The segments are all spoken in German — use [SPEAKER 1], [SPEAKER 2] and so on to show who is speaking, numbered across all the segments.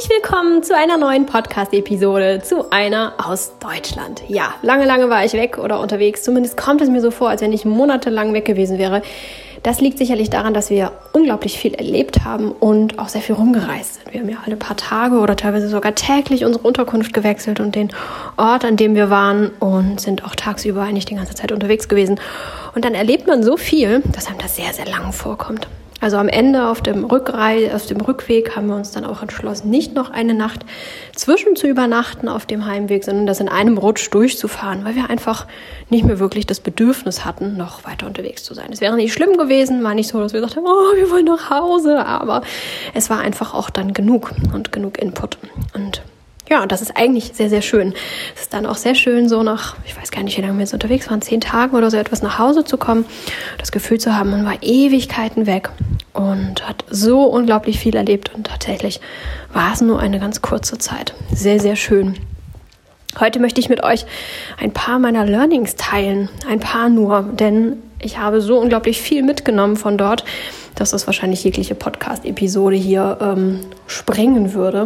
[SPEAKER 1] Herzlich willkommen zu einer neuen Podcast-Episode, zu einer aus Deutschland. Ja, lange war ich weg oder unterwegs. Zumindest kommt es mir so vor, als wenn ich monatelang weg gewesen wäre. Das liegt sicherlich daran, dass wir unglaublich viel erlebt haben und auch sehr viel rumgereist sind. Wir haben ja alle paar Tage oder teilweise sogar täglich unsere Unterkunft gewechselt und den Ort, an dem wir waren, und sind auch tagsüber eigentlich die ganze Zeit unterwegs gewesen. Und dann erlebt man so viel, dass einem das sehr lang vorkommt. Also am Ende auf dem Rückweg haben wir uns dann auch entschlossen, nicht noch eine Nacht zwischen zu übernachten auf dem Heimweg, sondern das in einem Rutsch durchzufahren, weil wir einfach nicht mehr wirklich das Bedürfnis hatten, noch weiter unterwegs zu sein. Es wäre nicht schlimm gewesen, war nicht so, dass wir gesagt haben, oh, wir wollen nach Hause, aber es war einfach auch dann genug und genug Input. Und ja, das ist eigentlich sehr schön. Es ist dann auch sehr schön, so nach, ich weiß gar nicht, wie lange wir jetzt unterwegs waren, 10 Tagen oder so etwas nach Hause zu kommen, das Gefühl zu haben, man war Ewigkeiten weg und hat so unglaublich viel erlebt und tatsächlich war es nur eine ganz kurze Zeit. Sehr schön. Heute möchte ich mit euch ein paar meiner Learnings teilen, ein paar nur, denn ich habe so unglaublich viel mitgenommen von dort, dass das wahrscheinlich jegliche Podcast-Episode hier sprengen würde.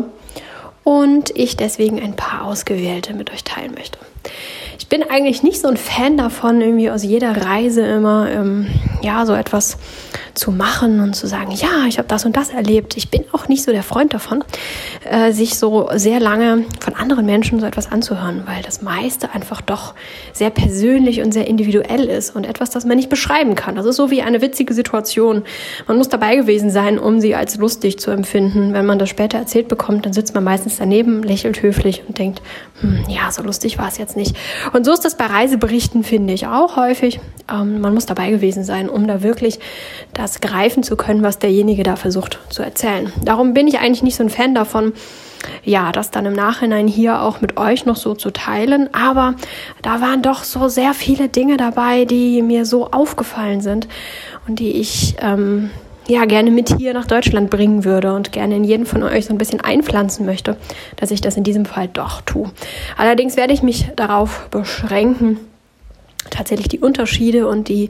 [SPEAKER 1] Und ich deswegen ein paar ausgewählte mit euch teilen möchte. Ich bin eigentlich nicht so ein Fan davon, irgendwie aus jeder Reise immer so etwas zu machen und zu sagen, ja, ich habe das und das erlebt. Ich bin auch nicht so der Freund davon, sich so sehr lange von anderen Menschen so etwas anzuhören, weil das meiste einfach doch sehr persönlich und sehr individuell ist und etwas, das man nicht beschreiben kann. Das ist so wie eine witzige Situation. Man muss dabei gewesen sein, um sie als lustig zu empfinden. Wenn man das später erzählt bekommt, dann sitzt man meistens daneben, lächelt höflich und denkt, ja, so lustig war es jetzt nicht. Und so ist das bei Reiseberichten, finde ich, auch häufig. Man muss dabei gewesen sein, um da wirklich das greifen zu können, was derjenige da versucht zu erzählen. Darum bin ich eigentlich nicht so ein Fan davon, ja, das dann im Nachhinein hier auch mit euch noch so zu teilen. Aber da waren doch so sehr viele Dinge dabei, die mir so aufgefallen sind und die ich gerne mit hier nach Deutschland bringen würde und gerne in jeden von euch so ein bisschen einpflanzen möchte, dass ich das in diesem Fall doch tue. Allerdings werde ich mich darauf beschränken, tatsächlich die Unterschiede und die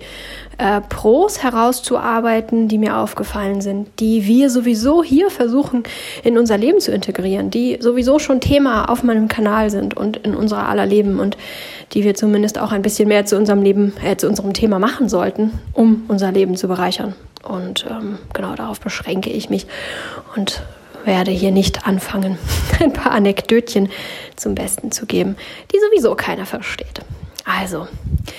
[SPEAKER 1] Pros herauszuarbeiten, die mir aufgefallen sind, die wir sowieso hier versuchen in unser Leben zu integrieren, die sowieso schon Thema auf meinem Kanal sind und in unserer aller Leben und die wir zumindest auch ein bisschen mehr zu unserem Leben, zu unserem Thema machen sollten, um unser Leben zu bereichern. Und genau darauf beschränke ich mich und werde hier nicht anfangen, ein paar Anekdötchen zum Besten zu geben, die sowieso keiner versteht. Also,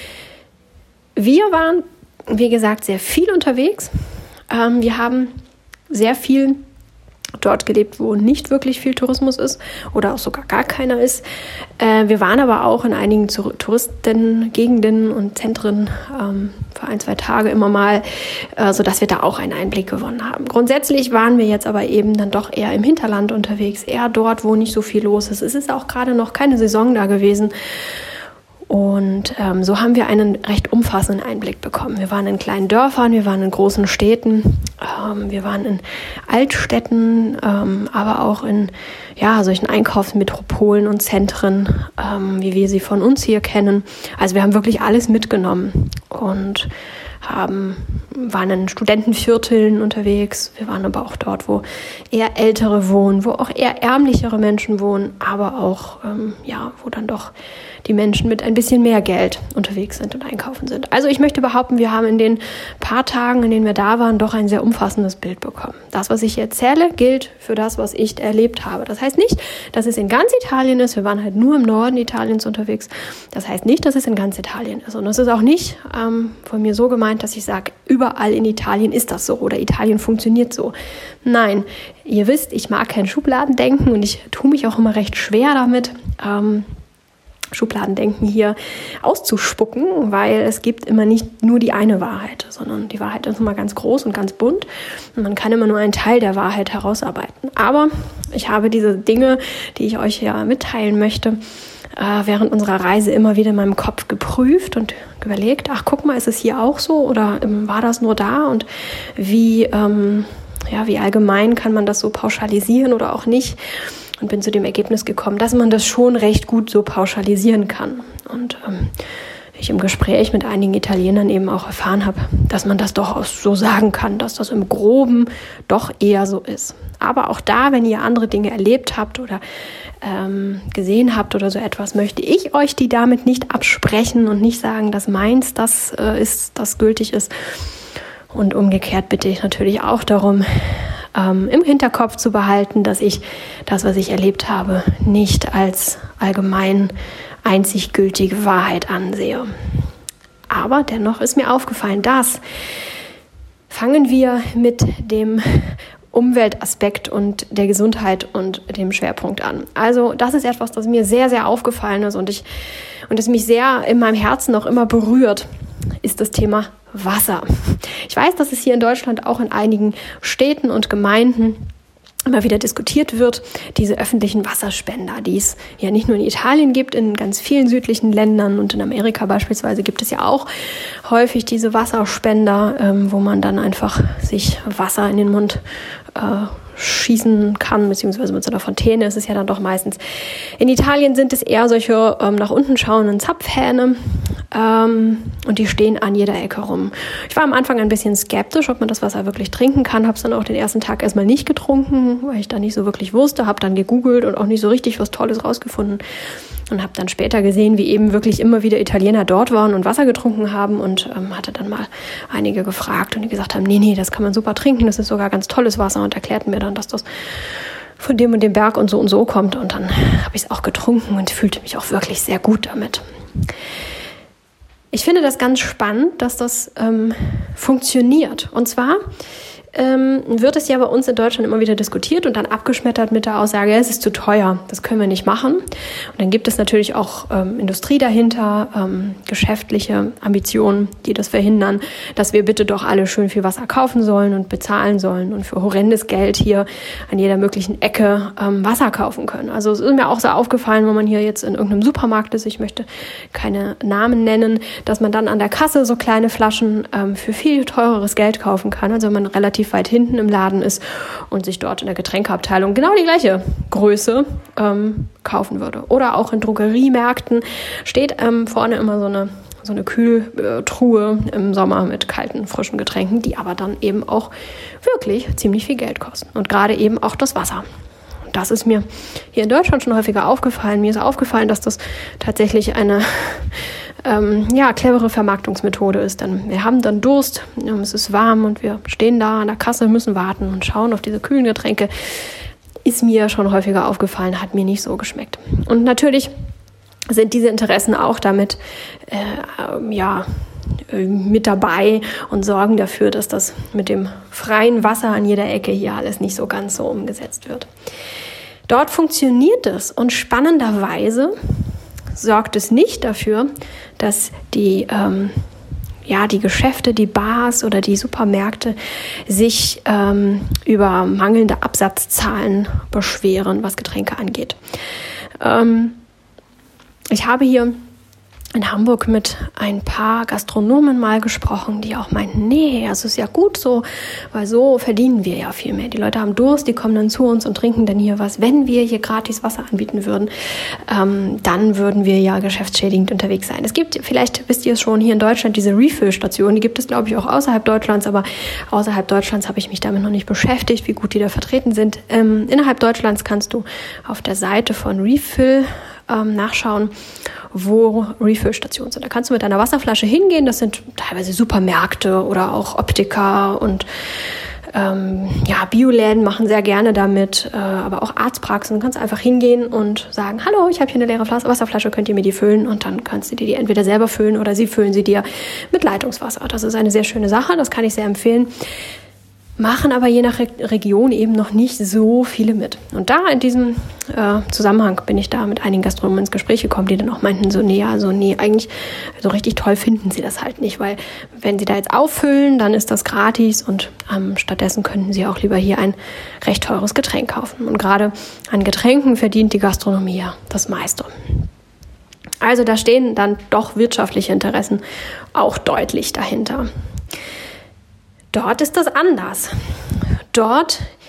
[SPEAKER 1] wir waren, wie gesagt, sehr viel unterwegs. Wir haben sehr viel dort gelebt, wo nicht wirklich viel Tourismus ist oder auch sogar gar keiner ist. Wir waren aber auch in einigen Touristengegenden und Zentren für 1-2 Tage immer mal, sodass wir da auch einen Einblick gewonnen haben. Grundsätzlich waren wir jetzt aber eben dann doch eher im Hinterland unterwegs, eher dort, wo nicht so viel los ist. Es ist auch gerade noch keine Saison da gewesen. Und so haben wir einen recht umfassenden Einblick bekommen. Wir waren in kleinen Dörfern, wir waren in großen Städten, wir waren in Altstädten, aber auch in solchen Einkaufsmetropolen und Zentren, wie wir sie von uns hier kennen. Also wir haben wirklich alles mitgenommen und waren in Studentenvierteln unterwegs. Wir waren aber auch dort, wo eher Ältere wohnen, wo auch eher ärmlichere Menschen wohnen, aber auch wo dann doch die Menschen mit ein bisschen mehr Geld unterwegs sind und einkaufen sind. Also ich möchte behaupten, wir haben in den paar Tagen, in denen wir da waren, doch ein sehr umfassendes Bild bekommen. Das, was ich erzähle, gilt für das, was ich erlebt habe. Das heißt nicht, dass es in ganz Italien ist. Wir waren halt nur im Norden Italiens unterwegs. Das heißt nicht, dass es in ganz Italien ist. Und es ist auch nicht von mir so gemeint, dass ich sage, überall in Italien ist das so oder Italien funktioniert so. Nein, ihr wisst, ich mag kein Schubladendenken und ich tue mich auch immer recht schwer damit, Schubladendenken hier auszuspucken, weil es gibt immer nicht nur die eine Wahrheit, sondern die Wahrheit ist immer ganz groß und ganz bunt und man kann immer nur einen Teil der Wahrheit herausarbeiten. Aber ich habe diese Dinge, die ich euch ja mitteilen möchte, während unserer Reise immer wieder in meinem Kopf geprüft und überlegt, ach guck mal, ist es hier auch so oder war das nur da und wie allgemein kann man das so pauschalisieren oder auch nicht? Und bin zu dem Ergebnis gekommen, dass man das schon recht gut so pauschalisieren kann. Und ich im Gespräch mit einigen Italienern eben auch erfahren habe, dass man das doch auch so sagen kann, dass das im Groben doch eher so ist. Aber auch da, wenn ihr andere Dinge erlebt habt oder gesehen habt oder so etwas, möchte ich euch die damit nicht absprechen und nicht sagen, dass meins das ist, das gültig ist. Und umgekehrt bitte ich natürlich auch darum, im Hinterkopf zu behalten, dass ich das, was ich erlebt habe, nicht als allgemein einzig gültige Wahrheit ansehe. Aber dennoch ist mir aufgefallen, dass fangen wir mit dem Umweltaspekt und der Gesundheit und dem Schwerpunkt an. Also das ist etwas, das mir sehr, sehr aufgefallen ist und es mich sehr in meinem Herzen noch immer berührt, ist das Thema Wasser. Ich weiß, dass es hier in Deutschland auch in einigen Städten und Gemeinden immer wieder diskutiert wird, diese öffentlichen Wasserspender, die es ja nicht nur in Italien gibt, in ganz vielen südlichen Ländern und in Amerika beispielsweise gibt es ja auch häufig diese Wasserspender, wo man dann einfach sich Wasser in den Mund schießen kann, beziehungsweise mit so einer Fontäne ist es ja dann doch meistens. In Italien sind es eher solche nach unten schauenden Zapfhähne und die stehen an jeder Ecke rum. Ich war am Anfang ein bisschen skeptisch, ob man das Wasser wirklich trinken kann, habe es dann auch den ersten Tag erstmal nicht getrunken, weil ich da nicht so wirklich wusste, habe dann gegoogelt und auch nicht so richtig was Tolles rausgefunden und habe dann später gesehen, wie eben wirklich immer wieder Italiener dort waren und Wasser getrunken haben und hatte dann mal einige gefragt und die gesagt haben, nee, das kann man super trinken, das ist sogar ganz tolles Wasser und erklärten mir dann, dass das von dem und dem Berg und so kommt und dann habe ich es auch getrunken und fühlte mich auch wirklich sehr gut damit. Ich finde das ganz spannend, dass das funktioniert und zwar wird es ja bei uns in Deutschland immer wieder diskutiert und dann abgeschmettert mit der Aussage, ja, es ist zu teuer, das können wir nicht machen. Und dann gibt es natürlich auch Industrie dahinter, geschäftliche Ambitionen, die das verhindern, dass wir bitte doch alle schön viel Wasser kaufen sollen und bezahlen sollen und für horrendes Geld hier an jeder möglichen Ecke Wasser kaufen können. Also es ist mir auch so aufgefallen, wenn man hier jetzt in irgendeinem Supermarkt ist, ich möchte keine Namen nennen, dass man dann an der Kasse so kleine Flaschen für viel teureres Geld kaufen kann, also wenn man relativ weit hinten im Laden ist und sich dort in der Getränkeabteilung genau die gleiche Größe kaufen würde. Oder auch in Drogeriemärkten steht vorne immer so eine Kühltruhe im Sommer mit kalten, frischen Getränken, die aber dann eben auch wirklich ziemlich viel Geld kosten. Und gerade eben auch das Wasser. Das ist mir hier in Deutschland schon häufiger aufgefallen. Mir ist aufgefallen, dass das tatsächlich eine clevere Vermarktungsmethode ist. Denn wir haben dann Durst, es ist warm und wir stehen da an der Kasse, müssen warten und schauen auf diese kühlen Getränke. Ist mir schon häufiger aufgefallen, hat mir nicht so geschmeckt. Und natürlich sind diese Interessen auch damit mit dabei und sorgen dafür, dass das mit dem freien Wasser an jeder Ecke hier alles nicht so ganz so umgesetzt wird. Dort funktioniert es und spannenderweise sorgt es nicht dafür, dass die Geschäfte, die Bars oder die Supermärkte sich über mangelnde Absatzzahlen beschweren, was Getränke angeht. Ich habe hier in Hamburg mit ein paar Gastronomen mal gesprochen, die auch meinten, nee, also ist ja gut so, weil so verdienen wir ja viel mehr. Die Leute haben Durst, die kommen dann zu uns und trinken dann hier was. Wenn wir hier gratis Wasser anbieten würden, dann würden wir ja geschäftsschädigend unterwegs sein. Es gibt, vielleicht wisst ihr es schon, hier in Deutschland diese Refill-Stationen, die gibt es, glaube ich, auch außerhalb Deutschlands, aber außerhalb Deutschlands habe ich mich damit noch nicht beschäftigt, wie gut die da vertreten sind. Innerhalb Deutschlands kannst du auf der Seite von Refill nachschauen, wo Refill-Stationen sind. Da kannst du mit deiner Wasserflasche hingehen, das sind teilweise Supermärkte oder auch Optiker und Bioläden machen sehr gerne damit, aber auch Arztpraxen. Du kannst einfach hingehen und sagen, hallo, ich habe hier eine leere Wasserflasche, könnt ihr mir die füllen? Und dann kannst du dir die entweder selber füllen oder sie füllen sie dir mit Leitungswasser. Das ist eine sehr schöne Sache, das kann ich sehr empfehlen. Machen aber je nach Region eben noch nicht so viele mit. Und da in diesem Zusammenhang bin ich da mit einigen Gastronomen ins Gespräch gekommen, die dann auch meinten, eigentlich so richtig toll finden sie das halt nicht, weil wenn sie da jetzt auffüllen, dann ist das gratis und stattdessen könnten sie auch lieber hier ein recht teures Getränk kaufen. Und gerade an Getränken verdient die Gastronomie ja das meiste. Also da stehen dann doch wirtschaftliche Interessen auch deutlich dahinter. Dort ist das anders. Dort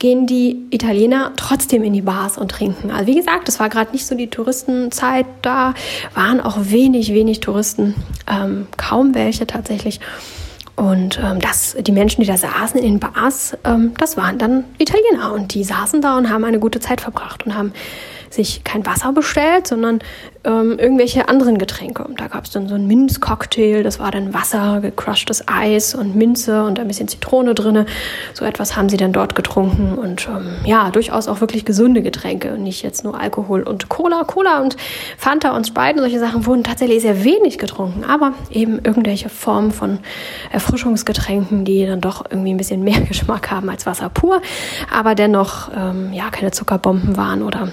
[SPEAKER 1] gehen die Italiener trotzdem in die Bars und trinken. Also wie gesagt, es war gerade nicht so die Touristenzeit, da waren auch wenig Touristen, kaum welche tatsächlich. Und die Menschen, die da saßen in den Bars, das waren dann Italiener und die saßen da und haben eine gute Zeit verbracht und haben sich kein Wasser bestellt, sondern irgendwelche anderen Getränke. Und da gab es dann so einen Minzcocktail, das war dann Wasser, gecrushtes Eis und Minze und ein bisschen Zitrone drin. So etwas haben sie dann dort getrunken und durchaus auch wirklich gesunde Getränke und nicht jetzt nur Alkohol und Cola. Cola und Fanta und Sprite und solche Sachen wurden tatsächlich sehr wenig getrunken, aber eben irgendwelche Formen von Erfrischungsgetränken, die dann doch irgendwie ein bisschen mehr Geschmack haben als Wasser pur, aber dennoch keine Zuckerbomben waren oder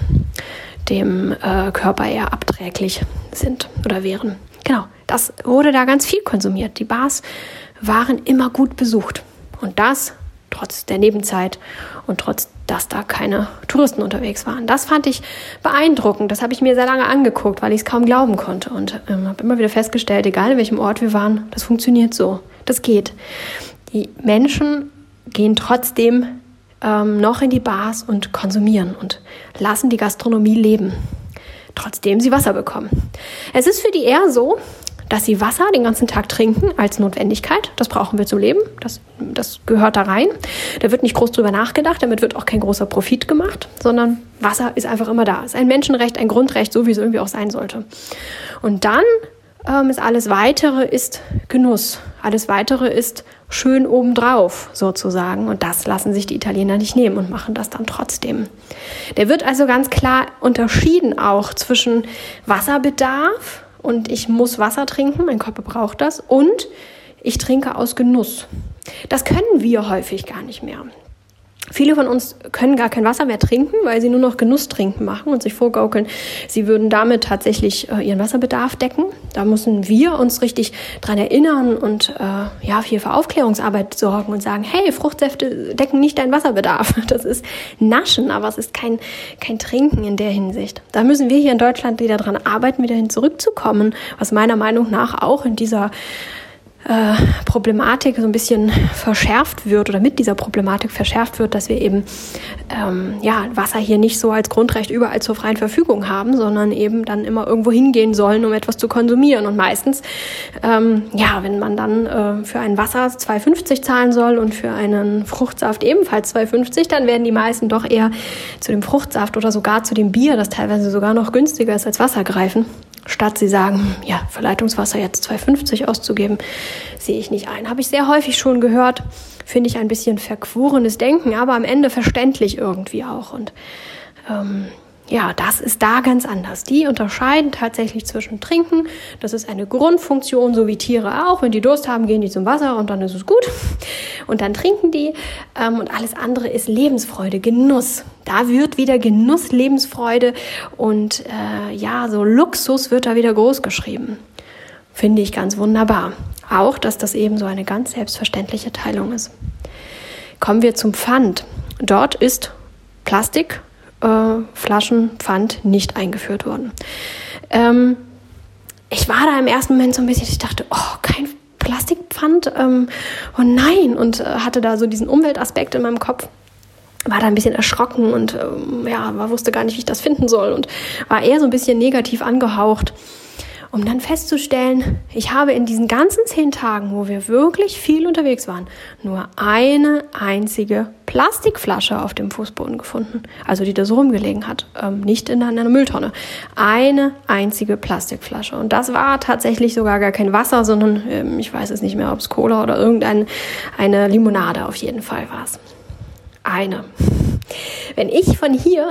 [SPEAKER 1] dem Körper eher abträglich sind oder wären. Genau, das wurde da ganz viel konsumiert. Die Bars waren immer gut besucht. Und das trotz der Nebenzeit und trotz, dass da keine Touristen unterwegs waren. Das fand ich beeindruckend. Das habe ich mir sehr lange angeguckt, weil ich es kaum glauben konnte. Und habe immer wieder festgestellt, egal in welchem Ort wir waren, das funktioniert so. Das geht. Die Menschen gehen trotzdem noch in die Bars und konsumieren und lassen die Gastronomie leben, trotzdem sie Wasser bekommen. Es ist für die eher so, dass sie Wasser den ganzen Tag trinken als Notwendigkeit. Das brauchen wir zum Leben. Das gehört da rein. Da wird nicht groß drüber nachgedacht. Damit wird auch kein großer Profit gemacht, sondern Wasser ist einfach immer da. Es ist ein Menschenrecht, ein Grundrecht, so wie es irgendwie auch sein sollte. Und dann ist alles Weitere ist Genuss. Alles Weitere ist schön obendrauf sozusagen. Und das lassen sich die Italiener nicht nehmen und machen das dann trotzdem. Der wird also ganz klar unterschieden auch zwischen Wasserbedarf und ich muss Wasser trinken, mein Körper braucht das, und ich trinke aus Genuss. Das können wir häufig gar nicht mehr. Viele von uns können gar kein Wasser mehr trinken, weil sie nur noch Genusstrinken machen und sich vorgaukeln, sie würden damit tatsächlich ihren Wasserbedarf decken. Da müssen wir uns richtig dran erinnern und hier für Aufklärungsarbeit sorgen und sagen, hey, Fruchtsäfte decken nicht deinen Wasserbedarf. Das ist Naschen, aber es ist kein Trinken in der Hinsicht. Da müssen wir hier in Deutschland wieder dran arbeiten, wieder hin zurückzukommen, was meiner Meinung nach auch in dieser Problematik so ein bisschen verschärft wird oder mit dieser Problematik verschärft wird, dass wir eben Wasser hier nicht so als Grundrecht überall zur freien Verfügung haben, sondern eben dann immer irgendwo hingehen sollen, um etwas zu konsumieren. Und meistens, wenn man dann für ein Wasser 2,50 zahlen soll und für einen Fruchtsaft ebenfalls 2,50, dann werden die meisten doch eher zu dem Fruchtsaft oder sogar zu dem Bier, das teilweise sogar noch günstiger ist als Wasser, greifen. Statt sie sagen, für Leitungswasser jetzt 2,50 auszugeben, sehe ich nicht ein. Habe ich sehr häufig schon gehört, finde ich ein bisschen verquorenes Denken, aber am Ende verständlich irgendwie auch. Und das ist da ganz anders. Die unterscheiden tatsächlich zwischen Trinken, das ist eine Grundfunktion, so wie Tiere auch. Wenn die Durst haben, gehen die zum Wasser und dann ist es gut. Und dann trinken die und alles andere ist Lebensfreude, Genuss. Da wird wieder Genuss, Lebensfreude und so Luxus wird da wieder groß geschrieben. Finde ich ganz wunderbar. Auch, dass das eben so eine ganz selbstverständliche Teilung ist. Kommen wir zum Pfand. Dort ist Flaschenpfand nicht eingeführt worden. Ich war da im ersten Moment so ein bisschen, ich dachte, kein Plastikpfand, oh nein, und hatte da so diesen Umweltaspekt in meinem Kopf. War da ein bisschen erschrocken und wusste gar nicht, wie ich das finden soll und war eher so ein bisschen negativ angehaucht. Um dann festzustellen, ich habe in diesen ganzen 10 Tagen, wo wir wirklich viel unterwegs waren, nur eine einzige Plastikflasche auf dem Fußboden gefunden. Also die da so rumgelegen hat, nicht in einer Mülltonne. Eine einzige Plastikflasche. Und das war tatsächlich sogar gar kein Wasser, sondern ich weiß es nicht mehr, ob es Cola oder eine Limonade, auf jeden Fall war es. Eine. Wenn ich von hier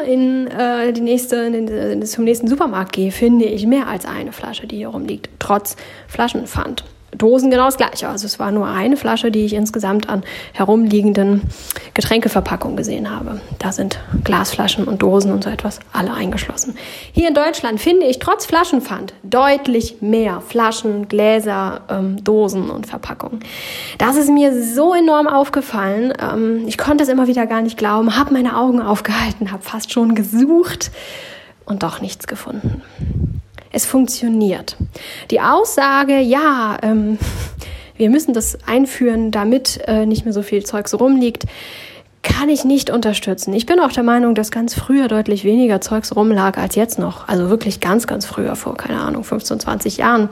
[SPEAKER 1] zum nächsten Supermarkt gehe, finde ich mehr als eine Flasche, die hier rumliegt, trotz Flaschenpfand. Dosen genau das Gleiche. Also es war nur eine Flasche, die ich insgesamt an herumliegenden Getränkeverpackungen gesehen habe. Da sind Glasflaschen und Dosen und so etwas alle eingeschlossen. Hier in Deutschland finde ich trotz Flaschenpfand deutlich mehr Flaschen, Gläser, Dosen und Verpackungen. Das ist mir so enorm aufgefallen. Ich konnte es immer wieder gar nicht glauben, habe meine Augen aufgehalten, habe fast schon gesucht und doch nichts gefunden. Es funktioniert. Die Aussage, wir müssen das einführen, damit nicht mehr so viel Zeugs rumliegt, kann ich nicht unterstützen. Ich bin auch der Meinung, dass ganz früher deutlich weniger Zeugs rumlag als jetzt noch. Also wirklich ganz, ganz früher, vor, keine Ahnung, 15, 20 Jahren.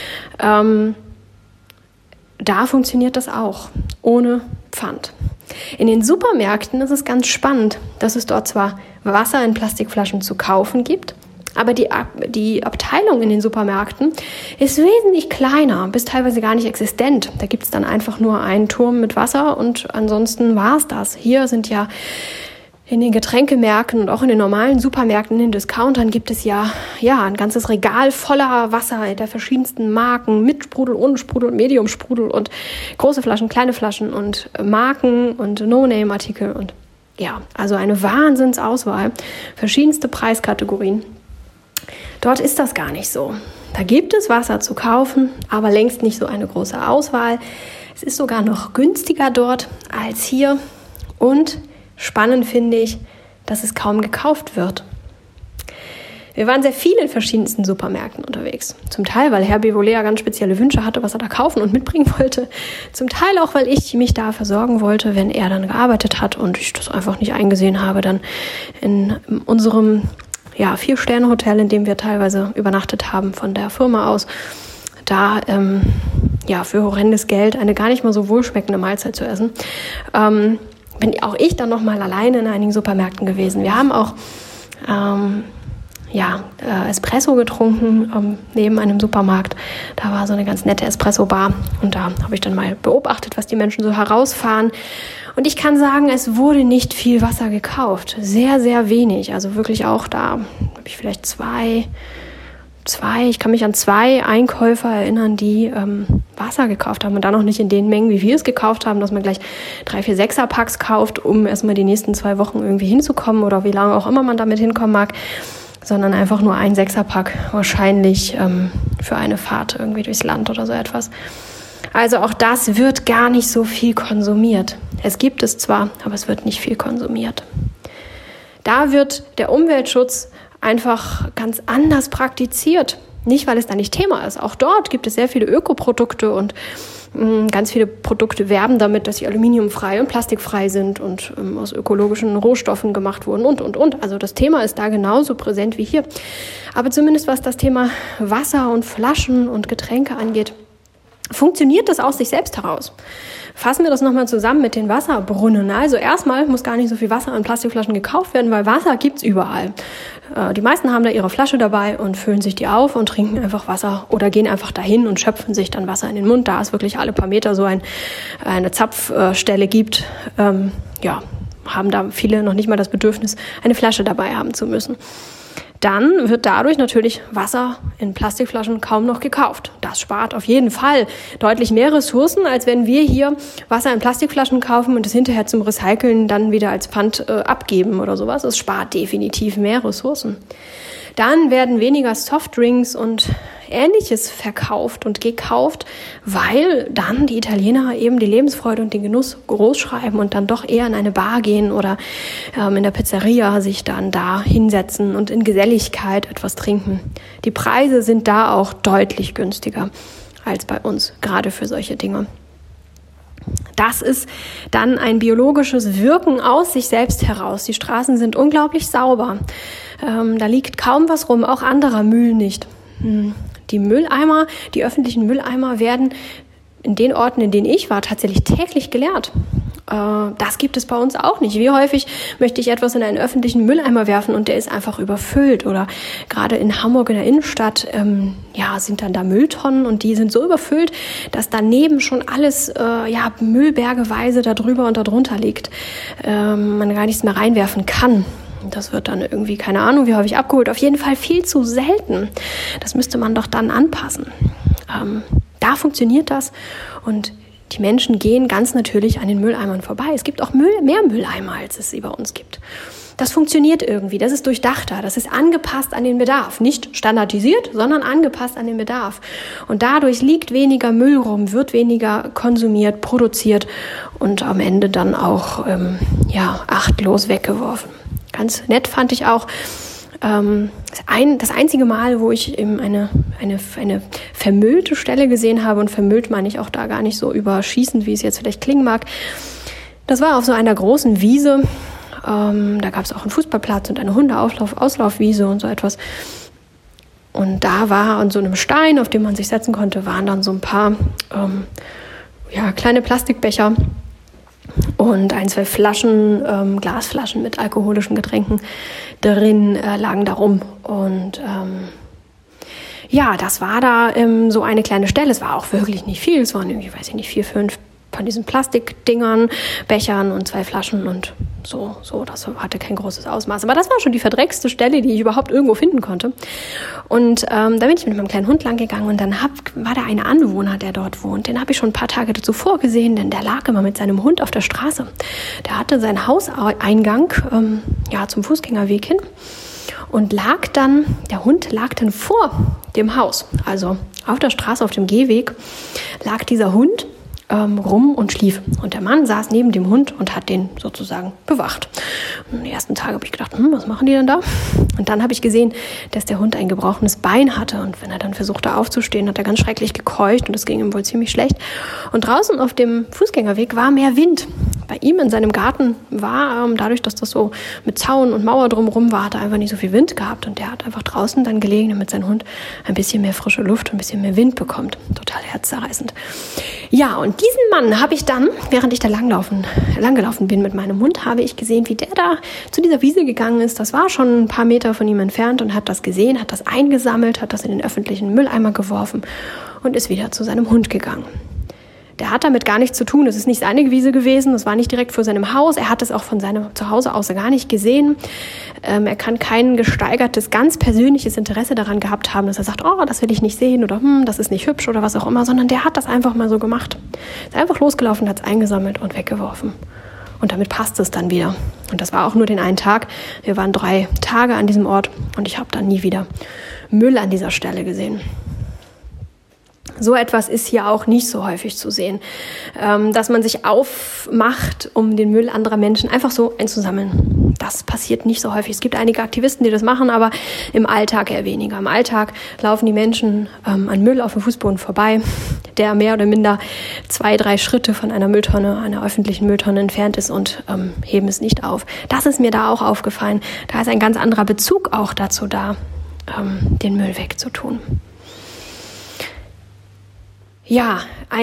[SPEAKER 1] Da funktioniert das auch, ohne Pfand. In den Supermärkten ist es ganz spannend, dass es dort zwar Wasser in Plastikflaschen zu kaufen gibt, aber die Abteilung in den Supermärkten ist wesentlich kleiner, bis teilweise gar nicht existent. Da gibt es dann einfach nur einen Turm mit Wasser und ansonsten war es das. Hier sind ja in den Getränkemärkten und auch in den normalen Supermärkten, in den Discountern gibt es ja ein ganzes Regal voller Wasser der verschiedensten Marken, mit Sprudel, ohne Sprudel, Medium-Sprudel und große Flaschen, kleine Flaschen und Marken und No-Name-Artikel und ja, also eine Wahnsinnsauswahl, verschiedenste Preiskategorien. Dort ist das gar nicht so. Da gibt es Wasser zu kaufen, aber längst nicht so eine große Auswahl. Es ist sogar noch günstiger dort als hier und spannend finde ich, dass es kaum gekauft wird. Wir waren sehr viel in verschiedensten Supermärkten unterwegs. Zum Teil, weil Herr Bevolea ganz spezielle Wünsche hatte, was er da kaufen und mitbringen wollte. Zum Teil auch, weil ich mich da versorgen wollte, wenn er dann gearbeitet hat und ich das einfach nicht eingesehen habe, dann in unserem 4-Sterne-Hotel, in dem wir teilweise übernachtet haben von der Firma aus, da für horrendes Geld eine gar nicht mal so wohlschmeckende Mahlzeit zu essen. Bin auch ich dann nochmal alleine in einigen Supermärkten gewesen. Wir haben auch Espresso getrunken neben einem Supermarkt. Da war so eine ganz nette Espresso-Bar und da habe ich dann mal beobachtet, was die Menschen so herausfahren. Und ich kann sagen, es wurde nicht viel Wasser gekauft. Sehr, sehr wenig. Also wirklich auch da habe ich vielleicht ich kann mich an 2 Einkäufer erinnern, die Wasser gekauft haben und dann noch nicht in den Mengen, wie wir es gekauft haben, dass man gleich 3, 4 6er-Packs kauft, um erstmal die nächsten 2 Wochen irgendwie hinzukommen oder wie lange auch immer man damit hinkommen mag, sondern einfach nur ein 6er-Pack, wahrscheinlich für eine Fahrt irgendwie durchs Land oder so etwas. Also auch das wird gar nicht so viel konsumiert. Es gibt es zwar, aber es wird nicht viel konsumiert. Da wird der Umweltschutz einfach ganz anders praktiziert. Nicht, weil es da nicht Thema ist. Auch dort gibt es sehr viele Ökoprodukte und ganz viele Produkte werben damit, dass sie aluminiumfrei und plastikfrei sind und aus ökologischen Rohstoffen gemacht wurden und. Also das Thema ist da genauso präsent wie hier. Aber zumindest was das Thema Wasser und Flaschen und Getränke angeht, funktioniert das aus sich selbst heraus. Fassen wir das nochmal zusammen mit den Wasserbrunnen. Also erstmal muss gar nicht so viel Wasser in Plastikflaschen gekauft werden, weil Wasser gibt's überall. Die meisten haben da ihre Flasche dabei und füllen sich die auf und trinken einfach Wasser oder gehen einfach dahin und schöpfen sich dann Wasser in den Mund. Da es wirklich alle paar Meter so eine Zapfstelle gibt, haben da viele noch nicht mal das Bedürfnis, eine Flasche dabei haben zu müssen. Dann wird dadurch natürlich Wasser in Plastikflaschen kaum noch gekauft. Das spart auf jeden Fall deutlich mehr Ressourcen, als wenn wir hier Wasser in Plastikflaschen kaufen und es hinterher zum Recyceln dann wieder als Pfand abgeben oder sowas. Es spart definitiv mehr Ressourcen. Dann werden weniger Softdrinks und Ähnliches verkauft und gekauft, weil dann die Italiener eben die Lebensfreude und den Genuss groß schreiben und dann doch eher in eine Bar gehen oder in der Pizzeria sich dann da hinsetzen und in Geselligkeit etwas trinken. Die Preise sind da auch deutlich günstiger als bei uns, gerade für solche Dinge. Das ist dann ein biologisches Wirken aus sich selbst heraus. Die Straßen sind unglaublich sauber. Da liegt kaum was rum, auch anderer Müll nicht. Die öffentlichen Mülleimer werden in den Orten, in denen ich war, tatsächlich täglich geleert. Das gibt es bei uns auch nicht. Wie häufig möchte ich etwas in einen öffentlichen Mülleimer werfen und der ist einfach überfüllt? Oder gerade in Hamburg in der Innenstadt sind dann da Mülltonnen und die sind so überfüllt, dass daneben schon alles müllbergeweise da drüber und da drunter liegt. Man gar nichts mehr reinwerfen kann. Das wird dann irgendwie, keine Ahnung, wie häufig abgeholt. Auf jeden Fall viel zu selten. Das müsste man doch dann anpassen. Da funktioniert das und die Menschen gehen ganz natürlich an den Mülleimern vorbei. Es gibt auch mehr Mülleimer, als es sie bei uns gibt. Das funktioniert irgendwie, das ist durchdachter, das ist angepasst an den Bedarf. Nicht standardisiert, sondern angepasst an den Bedarf. Und dadurch liegt weniger Müll rum, wird weniger konsumiert, produziert und am Ende dann auch achtlos weggeworfen. Ganz nett fand ich auch das einzige Mal, wo ich eben eine vermüllte Stelle gesehen habe, und vermüllt meine ich auch da gar nicht so überschießend, wie es jetzt vielleicht klingen mag. Das war auf so einer großen Wiese. Da gab es auch einen Fußballplatz und eine Hundeauslaufwiese und so etwas. Und da war an so einem Stein, auf dem man sich setzen konnte, waren dann so ein paar kleine Plastikbecher und 2 Flaschen, Glasflaschen mit alkoholischen Getränken drin lagen da rum. Und das war da so eine kleine Stelle. Es war auch wirklich nicht viel. Es waren irgendwie, 4, 5 von diesen Plastikdingern, Bechern und 2 Flaschen und so. Das hatte kein großes Ausmaß. Aber das war schon die verdreckste Stelle, die ich überhaupt irgendwo finden konnte. Und da bin ich mit meinem kleinen Hund lang gegangen und dann war da ein Anwohner, der dort wohnt. Den habe ich schon ein paar Tage zuvor gesehen, denn der lag immer mit seinem Hund auf der Straße. Der hatte seinen Hauseingang zum Fußgängerweg hin und der Hund lag dann vor dem Haus. Also auf der Straße, auf dem Gehweg, lag dieser Hund rum und schlief. Und der Mann saß neben dem Hund und hat den sozusagen bewacht. Und die ersten Tage habe ich gedacht, was machen die denn da? Und dann habe ich gesehen, dass der Hund ein gebrochenes Bein hatte. Und wenn er dann versuchte aufzustehen, hat er ganz schrecklich gekeucht und es ging ihm wohl ziemlich schlecht. Und draußen auf dem Fußgängerweg war mehr Wind. Bei ihm in seinem Garten war, dadurch, dass das so mit Zaun und Mauer drumherum war, hat er einfach nicht so viel Wind gehabt. Und der hat einfach draußen dann gelegen, damit sein Hund ein bisschen mehr frische Luft, ein bisschen mehr Wind bekommt. Total herzzerreißend. Ja, und diesen Mann habe ich dann, während ich da langgelaufen bin mit meinem Hund, habe ich gesehen, wie der da zu dieser Wiese gegangen ist. Das war schon ein paar Meter von ihm entfernt und hat das gesehen, hat das eingesammelt, hat das in den öffentlichen Mülleimer geworfen und ist wieder zu seinem Hund gegangen. Der hat damit gar nichts zu tun. Es ist nicht seine Wiese gewesen. Es war nicht direkt vor seinem Haus. Er hat es auch von seinem Zuhause aus gar nicht gesehen. Er kann kein gesteigertes, ganz persönliches Interesse daran gehabt haben, dass er sagt, das will ich nicht sehen oder das ist nicht hübsch oder was auch immer, sondern der hat das einfach mal so gemacht. Ist einfach losgelaufen, hat es eingesammelt und weggeworfen. Und damit passt es dann wieder. Und das war auch nur den einen Tag. Wir waren 3 Tage an diesem Ort und ich habe dann nie wieder Müll an dieser Stelle gesehen. So etwas ist hier auch nicht so häufig zu sehen, dass man sich aufmacht, um den Müll anderer Menschen einfach so einzusammeln. Das passiert nicht so häufig. Es gibt einige Aktivisten, die das machen, aber im Alltag eher weniger. Im Alltag laufen die Menschen an Müll auf dem Fußboden vorbei, der mehr oder minder 2, 3 Schritte von einer Mülltonne, einer öffentlichen Mülltonne entfernt ist und heben es nicht auf. Das ist mir da auch aufgefallen. Da ist ein ganz anderer Bezug auch dazu da, den Müll wegzutun. Ja,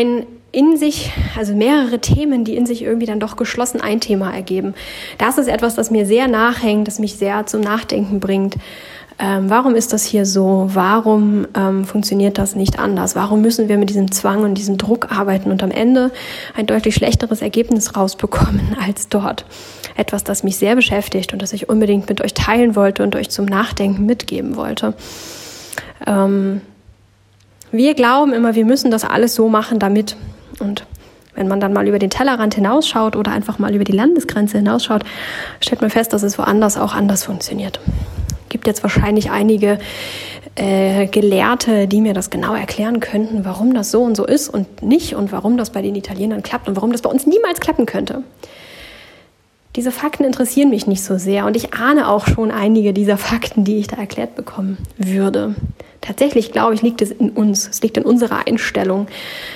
[SPEAKER 1] mehrere Themen, die in sich irgendwie dann doch geschlossen ein Thema ergeben. Das ist etwas, das mir sehr nachhängt, das mich sehr zum Nachdenken bringt. Warum ist das hier so? Warum funktioniert das nicht anders? Warum müssen wir mit diesem Zwang und diesem Druck arbeiten und am Ende ein deutlich schlechteres Ergebnis rausbekommen als dort? Etwas, das mich sehr beschäftigt und das ich unbedingt mit euch teilen wollte und euch zum Nachdenken mitgeben wollte. Wir glauben immer, wir müssen das alles so machen, damit. Und wenn man dann mal über den Tellerrand hinausschaut oder einfach mal über die Landesgrenze hinausschaut, stellt man fest, dass es woanders auch anders funktioniert. Es gibt jetzt wahrscheinlich einige Gelehrte, die mir das genau erklären könnten, warum das so und so ist und nicht und warum das bei den Italienern klappt und warum das bei uns niemals klappen könnte. Diese Fakten interessieren mich nicht so sehr und ich ahne auch schon einige dieser Fakten, die ich da erklärt bekommen würde. Tatsächlich, glaube ich, liegt es in uns. Es liegt in unserer Einstellung,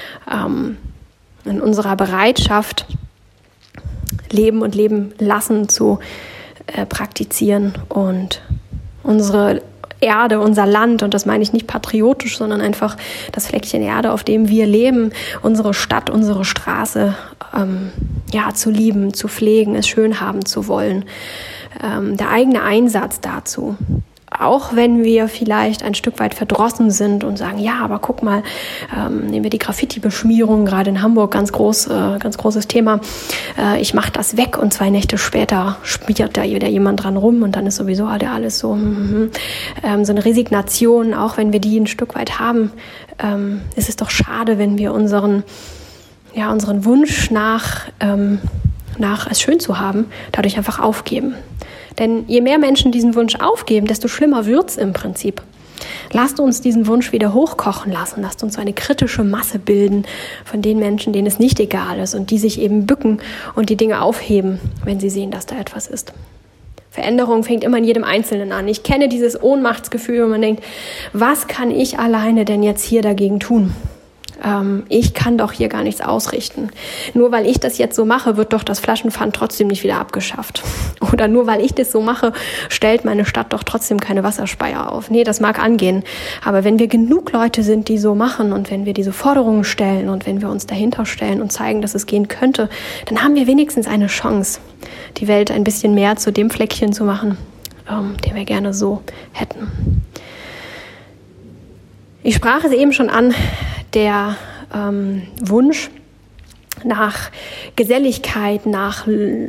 [SPEAKER 1] in unserer Bereitschaft, Leben und Leben lassen zu praktizieren und unsere Erde, unser Land, und das meine ich nicht patriotisch, sondern einfach das Fleckchen Erde, auf dem wir leben, unsere Stadt, unsere Straße, zu lieben, zu pflegen, es schön haben zu wollen. Der eigene Einsatz dazu. Auch wenn wir vielleicht ein Stück weit verdrossen sind und sagen, ja, aber guck mal, nehmen wir die Graffiti-Beschmierung, gerade in Hamburg, ganz großes Thema. Ich mache das weg und 2 Nächte später schmiert da wieder jemand dran rum und dann ist sowieso alles so. So eine Resignation, auch wenn wir die ein Stück weit haben, ist es doch schade, wenn wir unseren Wunsch nach es schön zu haben, dadurch einfach aufgeben. Denn je mehr Menschen diesen Wunsch aufgeben, desto schlimmer wird's im Prinzip. Lasst uns diesen Wunsch wieder hochkochen lassen. Lasst uns so eine kritische Masse bilden von den Menschen, denen es nicht egal ist und die sich eben bücken und die Dinge aufheben, wenn sie sehen, dass da etwas ist. Veränderung fängt immer in jedem Einzelnen an. Ich kenne dieses Ohnmachtsgefühl, wo man denkt, was kann ich alleine denn jetzt hier dagegen tun? ich kann doch hier gar nichts ausrichten. Nur weil ich das jetzt so mache, wird doch das Flaschenpfand trotzdem nicht wieder abgeschafft. Oder nur weil ich das so mache, stellt meine Stadt doch trotzdem keine Wasserspeier auf. Nee, das mag angehen. Aber wenn wir genug Leute sind, die so machen und wenn wir diese Forderungen stellen und wenn wir uns dahinter stellen und zeigen, dass es gehen könnte, dann haben wir wenigstens eine Chance, die Welt ein bisschen mehr zu dem Fleckchen zu machen, den wir gerne so hätten. Ich sprach es eben schon an, der Wunsch nach Geselligkeit, nach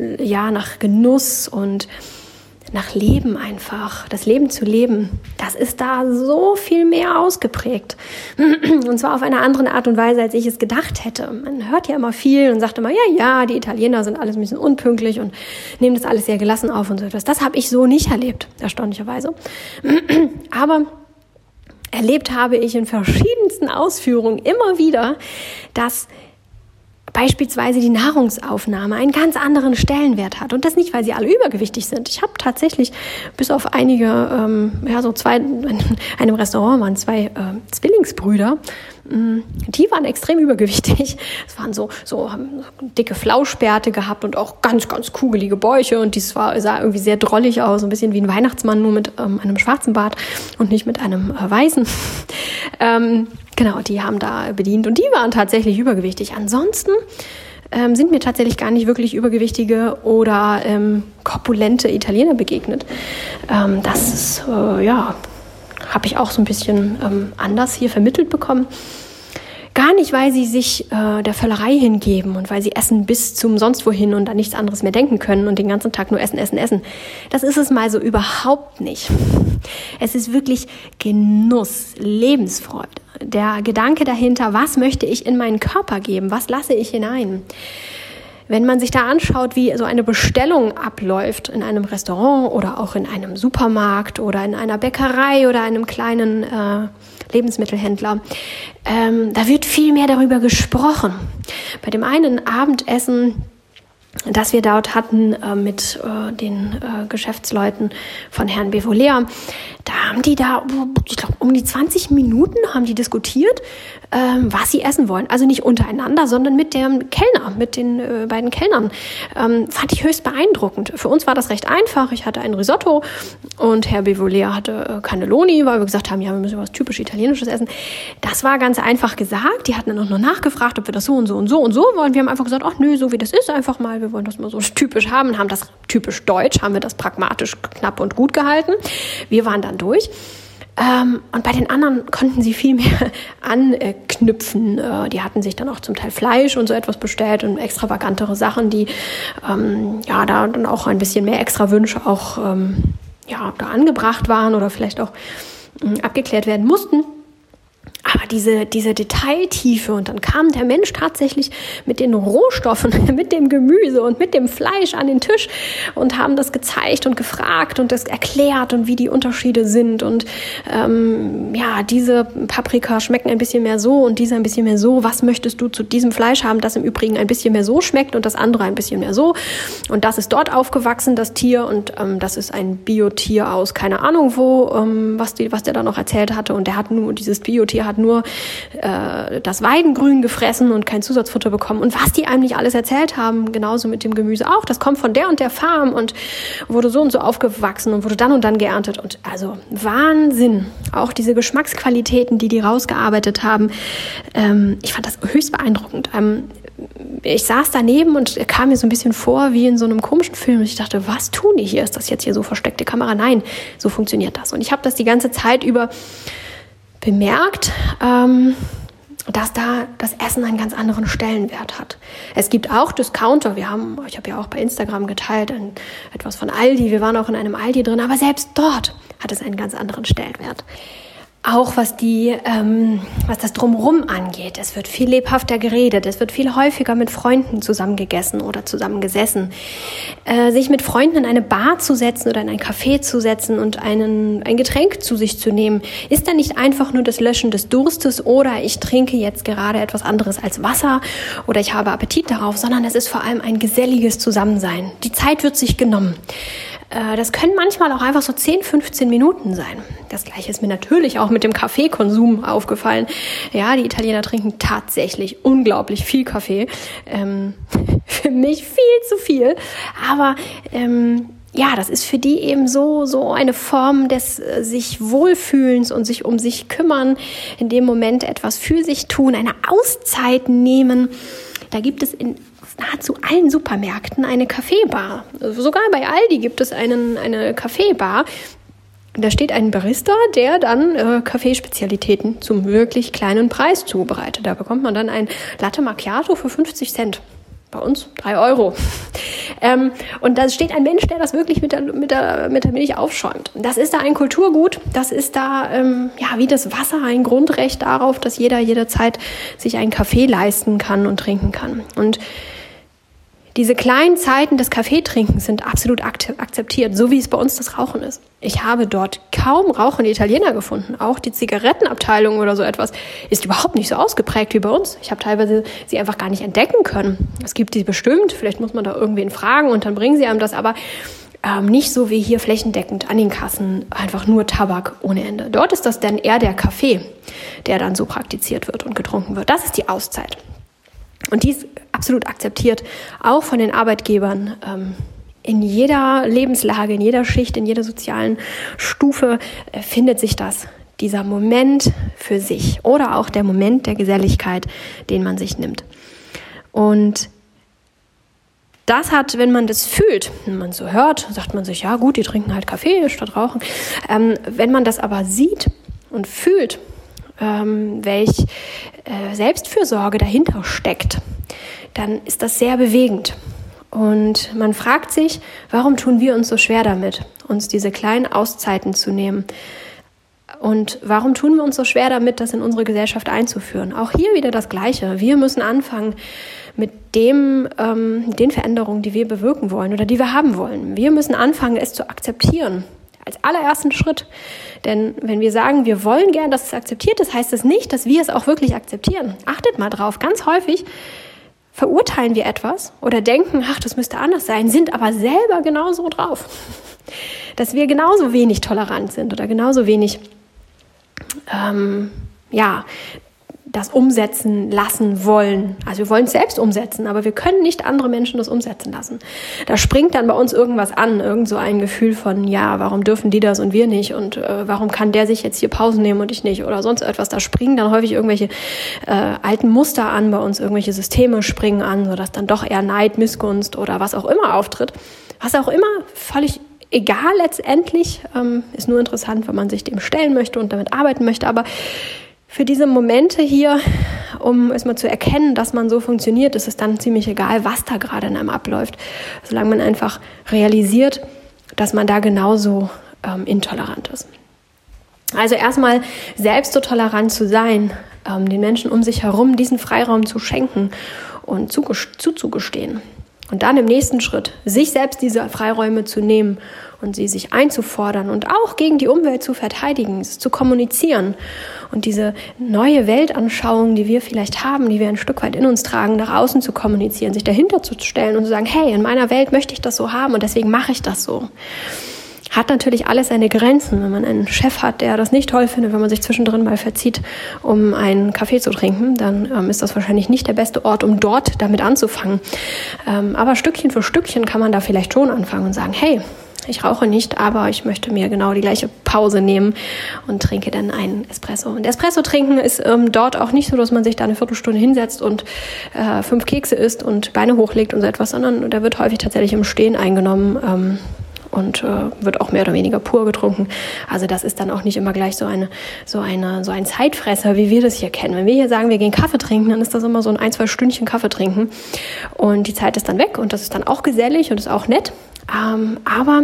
[SPEAKER 1] Genuss und nach Leben einfach, das Leben zu leben, das ist da so viel mehr ausgeprägt. Und zwar auf einer anderen Art und Weise, als ich es gedacht hätte. Man hört ja immer viel und sagt immer, ja, die Italiener sind alles ein bisschen unpünktlich und nehmen das alles sehr gelassen auf und so etwas. Das habe ich so nicht erlebt, erstaunlicherweise. Aber erlebt habe ich in verschiedensten Ausführungen immer wieder, dass beispielsweise die Nahrungsaufnahme einen ganz anderen Stellenwert hat. Und das nicht, weil sie alle übergewichtig sind. Ich habe tatsächlich bis auf einige, in einem Restaurant waren zwei Zwillingsbrüder, die waren extrem übergewichtig. Es waren haben dicke Flauschbärte gehabt und auch ganz, ganz kugelige Bäuche. Und sah irgendwie sehr drollig aus, ein bisschen wie ein Weihnachtsmann, nur mit einem schwarzen Bart und nicht mit einem weißen. Genau, die haben da bedient und die waren tatsächlich übergewichtig. Ansonsten sind mir tatsächlich gar nicht wirklich übergewichtige oder korpulente Italiener begegnet. Das ist, habe ich auch so ein bisschen anders hier vermittelt bekommen. Gar nicht, weil sie sich der Völlerei hingeben und weil sie essen bis zum sonst wohin und an nichts anderes mehr denken können und den ganzen Tag nur essen. Das ist es mal so überhaupt nicht. Es ist wirklich Genuss, Lebensfreude. Der Gedanke dahinter, was möchte ich in meinen Körper geben? Was lasse ich hinein? Wenn man sich da anschaut, wie so eine Bestellung abläuft in einem Restaurant oder auch in einem Supermarkt oder in einer Bäckerei oder einem kleinen Lebensmittelhändler, da wird viel mehr darüber gesprochen. Bei dem einen Abendessen, das wir dort hatten mit den Geschäftsleuten von Herrn Bevolea, da haben die ich glaube, um die 20 Minuten haben die diskutiert, was sie essen wollen. Also nicht untereinander, sondern mit dem Kellner, mit den beiden Kellnern. Fand ich höchst beeindruckend. Für uns war das recht einfach. Ich hatte ein Risotto und Herr Bevolea hatte Cannelloni, weil wir gesagt haben, ja, wir müssen was typisch Italienisches essen. Das war ganz einfach gesagt. Die hatten dann auch noch nachgefragt, ob wir das so und so und so und so wollen. Wir haben einfach gesagt, ach nö, so wie das ist einfach mal. Wir wollen das mal so typisch haben, haben das typisch deutsch, haben wir das pragmatisch knapp und gut gehalten. Wir waren dann durch. Und bei den anderen konnten sie viel mehr anknüpfen. Die hatten sich dann auch zum Teil Fleisch und so etwas bestellt und extravagantere Sachen, die da dann auch ein bisschen mehr Extrawünsche auch da angebracht waren oder vielleicht auch abgeklärt werden mussten. Aber diese Detailtiefe und dann kam der Mensch tatsächlich mit den Rohstoffen, mit dem Gemüse und mit dem Fleisch an den Tisch und haben das gezeigt und gefragt und das erklärt und wie die Unterschiede sind und diese Paprika schmecken ein bisschen mehr so und diese ein bisschen mehr so. Was möchtest du zu diesem Fleisch haben, das im Übrigen ein bisschen mehr so schmeckt und das andere ein bisschen mehr so? Und das ist dort aufgewachsen, das Tier, und das ist ein Biotier aus keine Ahnung wo, was der da noch erzählt hatte, und dieses Biotier hat nur das Weidengrün gefressen und kein Zusatzfutter bekommen. Und was die einem nicht alles erzählt haben, genauso mit dem Gemüse auch, das kommt von der und der Farm und wurde so und so aufgewachsen und wurde dann und dann geerntet. Und also Wahnsinn. Auch diese Geschmacksqualitäten, die rausgearbeitet haben. Ich fand das höchst beeindruckend. Ich saß daneben und kam mir so ein bisschen vor wie in so einem komischen Film. Und ich dachte, was tun die hier? Ist das jetzt hier so versteckte Kamera? Nein, so funktioniert das. Und ich habe das die ganze Zeit über bemerkt, dass da das Essen einen ganz anderen Stellenwert hat. Es gibt auch Discounter. ich habe ja auch bei Instagram geteilt, etwas von Aldi. Wir waren auch in einem Aldi drin, aber selbst dort hat es einen ganz anderen Stellenwert. Auch was das Drumherum angeht. Es wird viel lebhafter geredet. Es wird viel häufiger mit Freunden zusammen gegessen oder zusammen gesessen. Sich mit Freunden in eine Bar zu setzen oder in ein Café zu setzen und ein Getränk zu sich zu nehmen, ist dann nicht einfach nur das Löschen des Durstes oder ich trinke jetzt gerade etwas anderes als Wasser oder ich habe Appetit darauf, sondern es ist vor allem ein geselliges Zusammensein. Die Zeit wird sich genommen. Das können manchmal auch einfach so 10, 15 Minuten sein. Das Gleiche ist mir natürlich auch mit dem Kaffeekonsum aufgefallen. Ja, die Italiener trinken tatsächlich unglaublich viel Kaffee. Für mich viel zu viel. Aber ja, das ist für die eben so eine Form des sich Wohlfühlens und sich um sich kümmern, in dem Moment etwas für sich tun, eine Auszeit nehmen. Da gibt es in nahezu allen Supermärkten eine Kaffeebar. Sogar bei Aldi gibt es eine Kaffeebar. Da steht ein Barista, der dann Kaffeespezialitäten zum wirklich kleinen Preis zubereitet. Da bekommt man dann ein Latte Macchiato für 50 Cent. Bei uns 3 Euro. Und da steht ein Mensch, der das wirklich mit der Milch aufschäumt. Das ist da ein Kulturgut. Das ist da wie das Wasser ein Grundrecht darauf, dass jeder jederzeit sich einen Kaffee leisten kann und trinken kann. Und diese kleinen Zeiten des Kaffeetrinkens sind absolut akzeptiert, so wie es bei uns das Rauchen ist. Ich habe dort kaum rauchende Italiener gefunden. Auch die Zigarettenabteilung oder so etwas ist überhaupt nicht so ausgeprägt wie bei uns. Ich habe teilweise sie einfach gar nicht entdecken können. Es gibt die bestimmt, vielleicht muss man da irgendwen fragen und dann bringen sie einem das, aber nicht so wie hier flächendeckend an den Kassen, einfach nur Tabak ohne Ende. Dort ist das dann eher der Kaffee, der dann so praktiziert wird und getrunken wird. Das ist die Auszeit. Und die ist absolut akzeptiert, auch von den Arbeitgebern. In jeder Lebenslage, in jeder Schicht, in jeder sozialen Stufe findet sich dieser Moment für sich oder auch der Moment der Geselligkeit, den man sich nimmt. Und das hat, wenn man das fühlt, wenn man so hört, sagt man sich, ja gut, die trinken halt Kaffee statt Rauchen. Wenn man das aber sieht und fühlt, welch Selbstfürsorge dahinter steckt, dann ist das sehr bewegend. Und man fragt sich, warum tun wir uns so schwer damit, uns diese kleinen Auszeiten zu nehmen? Und warum tun wir uns so schwer damit, das in unsere Gesellschaft einzuführen? Auch hier wieder das Gleiche. Wir müssen anfangen mit den Veränderungen, die wir bewirken wollen oder die wir haben wollen. Wir müssen anfangen, es zu akzeptieren. Als allerersten Schritt. Denn wenn wir sagen, wir wollen gern, dass es akzeptiert ist, heißt das nicht, dass wir es auch wirklich akzeptieren. Achtet mal drauf, ganz häufig verurteilen wir etwas oder denken, ach, das müsste anders sein, sind aber selber genauso drauf. Dass wir genauso wenig tolerant sind oder genauso wenig das umsetzen lassen wollen. Also wir wollen es selbst umsetzen, aber wir können nicht andere Menschen das umsetzen lassen. Da springt dann bei uns irgendwas an, irgend so ein Gefühl von, ja, warum dürfen die das und wir nicht und warum kann der sich jetzt hier Pausen nehmen und ich nicht oder sonst etwas. Da springen dann häufig irgendwelche alten Muster an bei uns, irgendwelche Systeme springen an, sodass dann doch eher Neid, Missgunst oder was auch immer auftritt. Was auch immer, völlig egal letztendlich, ist nur interessant, wenn man sich dem stellen möchte und damit arbeiten möchte, aber für diese Momente hier, um es mal zu erkennen, dass man so funktioniert, ist es dann ziemlich egal, was da gerade in einem abläuft. Solange man einfach realisiert, dass man da genauso intolerant ist. Also erstmal selbst so tolerant zu sein, den Menschen um sich herum diesen Freiraum zu schenken und zuzugestehen. Und dann im nächsten Schritt sich selbst diese Freiräume zu nehmen und sie sich einzufordern und auch gegen die Umwelt zu verteidigen, zu kommunizieren und diese neue Weltanschauung, die wir vielleicht haben, die wir ein Stück weit in uns tragen, nach außen zu kommunizieren, sich dahinter zu stellen und zu sagen, hey, in meiner Welt möchte ich das so haben und deswegen mache ich das so. Hat natürlich alles seine Grenzen. Wenn man einen Chef hat, der das nicht toll findet, wenn man sich zwischendrin mal verzieht, um einen Kaffee zu trinken, dann ist das wahrscheinlich nicht der beste Ort, um dort damit anzufangen. Aber Stückchen für Stückchen kann man da vielleicht schon anfangen und sagen, hey, ich rauche nicht, aber ich möchte mir genau die gleiche Pause nehmen und trinke dann einen Espresso. Und Espresso trinken ist dort auch nicht so, dass man sich da eine Viertelstunde hinsetzt und 5 Kekse isst und Beine hochlegt und so etwas, sondern der wird häufig tatsächlich im Stehen eingenommen, und wird auch mehr oder weniger pur getrunken. Also das ist dann auch nicht immer gleich so ein Zeitfresser, wie wir das hier kennen. Wenn wir hier sagen, wir gehen Kaffee trinken, dann ist das immer so ein 2 Stündchen Kaffee trinken und die Zeit ist dann weg und das ist dann auch gesellig und ist auch nett, aber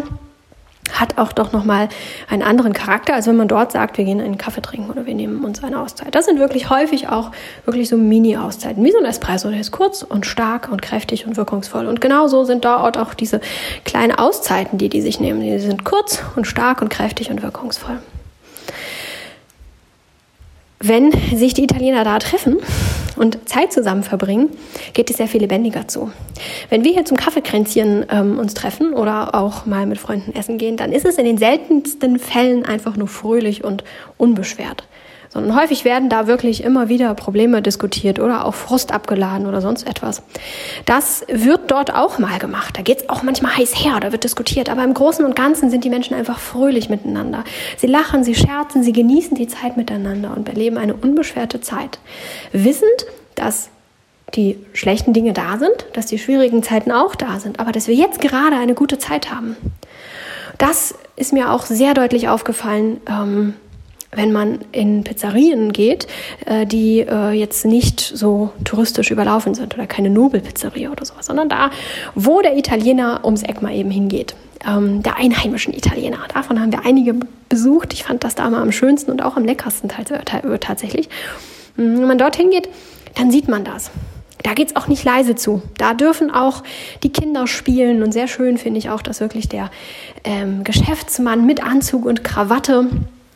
[SPEAKER 1] hat auch doch nochmal einen anderen Charakter, als wenn man dort sagt, wir gehen einen Kaffee trinken oder wir nehmen uns eine Auszeit. Das sind wirklich häufig auch wirklich so Mini-Auszeiten, wie so ein Espresso. Der ist kurz und stark und kräftig und wirkungsvoll. Und genauso sind dort auch diese kleinen Auszeiten, die sich nehmen. Die sind kurz und stark und kräftig und wirkungsvoll. Wenn sich die Italiener da treffen, und Zeit zusammen verbringen, geht es sehr viel lebendiger zu. Wenn wir hier zum Kaffeekränzchen uns treffen oder auch mal mit Freunden essen gehen, dann ist es in den seltensten Fällen einfach nur fröhlich und unbeschwert. Sondern häufig werden da wirklich immer wieder Probleme diskutiert oder auch Frust abgeladen oder sonst etwas. Das wird dort auch mal gemacht. Da geht es auch manchmal heiß her, da wird diskutiert. Aber im Großen und Ganzen sind die Menschen einfach fröhlich miteinander. Sie lachen, sie scherzen, sie genießen die Zeit miteinander und erleben eine unbeschwerte Zeit. Wissend, dass die schlechten Dinge da sind, dass die schwierigen Zeiten auch da sind, aber dass wir jetzt gerade eine gute Zeit haben. Das ist mir auch sehr deutlich aufgefallen, wenn man in Pizzerien geht, die jetzt nicht so touristisch überlaufen sind oder keine Nobelpizzeria oder sowas, sondern da, wo der Italiener ums Eck mal eben hingeht, der einheimischen Italiener. Davon haben wir einige besucht. Ich fand das da mal am schönsten und auch am leckersten tatsächlich. Wenn man dorthin geht, dann sieht man das. Da geht's auch nicht leise zu. Da dürfen auch die Kinder spielen. Und sehr schön finde ich auch, dass wirklich der Geschäftsmann mit Anzug und Krawatte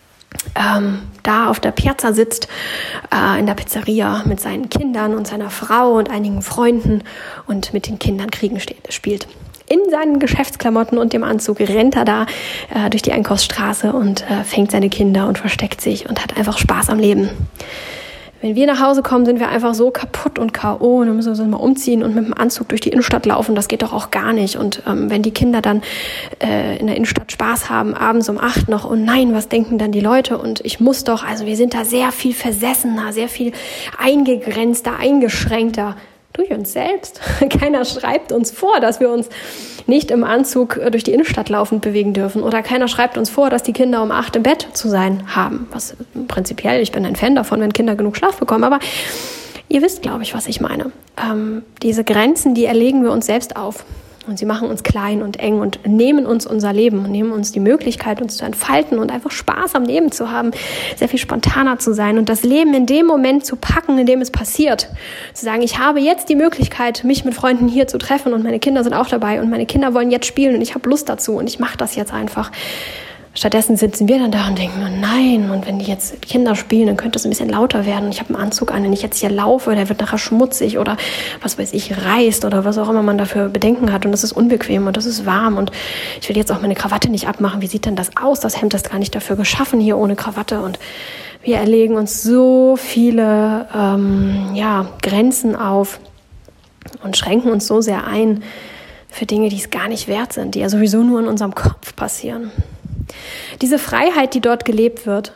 [SPEAKER 1] da auf der Piazza sitzt, in der Pizzeria mit seinen Kindern und seiner Frau und einigen Freunden und mit den Kindern Kriegen spielt. In seinen Geschäftsklamotten und dem Anzug rennt er da durch die Einkaufsstraße und fängt seine Kinder und versteckt sich und hat einfach Spaß am Leben. Wenn wir nach Hause kommen, sind wir einfach so kaputt und K.O. und dann müssen wir uns mal umziehen und mit dem Anzug durch die Innenstadt laufen. Das geht doch auch gar nicht. Und wenn die Kinder dann in der Innenstadt Spaß haben, abends um 8 noch, oh nein, was denken dann die Leute? Und ich muss doch, also wir sind da sehr viel versessener, sehr viel eingegrenzter, eingeschränkter durch uns selbst. Keiner schreibt uns vor, dass wir uns nicht im Anzug durch die Innenstadt laufend bewegen dürfen. Oder keiner schreibt uns vor, dass die Kinder um 8 im Bett zu sein haben. Was prinzipiell, ich bin ein Fan davon, wenn Kinder genug Schlaf bekommen. Aber ihr wisst, glaube ich, was ich meine. Diese Grenzen, die erlegen wir uns selbst auf. Und sie machen uns klein und eng und nehmen uns unser Leben und nehmen uns die Möglichkeit, uns zu entfalten und einfach Spaß am Leben zu haben, sehr viel spontaner zu sein und das Leben in dem Moment zu packen, in dem es passiert. Zu sagen, ich habe jetzt die Möglichkeit, mich mit Freunden hier zu treffen und meine Kinder sind auch dabei und meine Kinder wollen jetzt spielen und ich habe Lust dazu und ich mache das jetzt einfach. Stattdessen sitzen wir dann da und denken, oh nein, und wenn die jetzt Kinder spielen, dann könnte es ein bisschen lauter werden. Ich habe einen Anzug an, wenn ich jetzt hier laufe, der wird nachher schmutzig oder was weiß ich, reißt oder was auch immer man dafür Bedenken hat. Und das ist unbequem und das ist warm und ich will jetzt auch meine Krawatte nicht abmachen. Wie sieht denn das aus? Das Hemd ist gar nicht dafür geschaffen hier ohne Krawatte. Und wir erlegen uns so viele Grenzen auf und schränken uns so sehr ein für Dinge, die es gar nicht wert sind, die ja sowieso nur in unserem Kopf passieren. Diese Freiheit, die dort gelebt wird,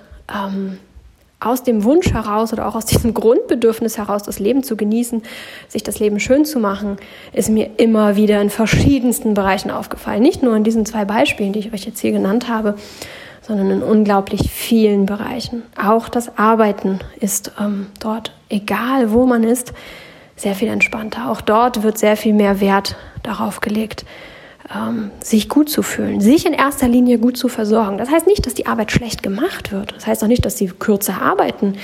[SPEAKER 1] aus dem Wunsch heraus oder auch aus diesem Grundbedürfnis heraus, das Leben zu genießen, sich das Leben schön zu machen, ist mir immer wieder in verschiedensten Bereichen aufgefallen. Nicht nur in diesen 2 Beispielen, die ich euch jetzt hier genannt habe, sondern in unglaublich vielen Bereichen. Auch das Arbeiten ist dort, egal wo man ist, sehr viel entspannter. Auch dort wird sehr viel mehr Wert darauf gelegt, sich gut zu fühlen, sich in erster Linie gut zu versorgen. Das heißt nicht, dass die Arbeit schlecht gemacht wird. Das heißt auch nicht, dass sie kürzer arbeiten.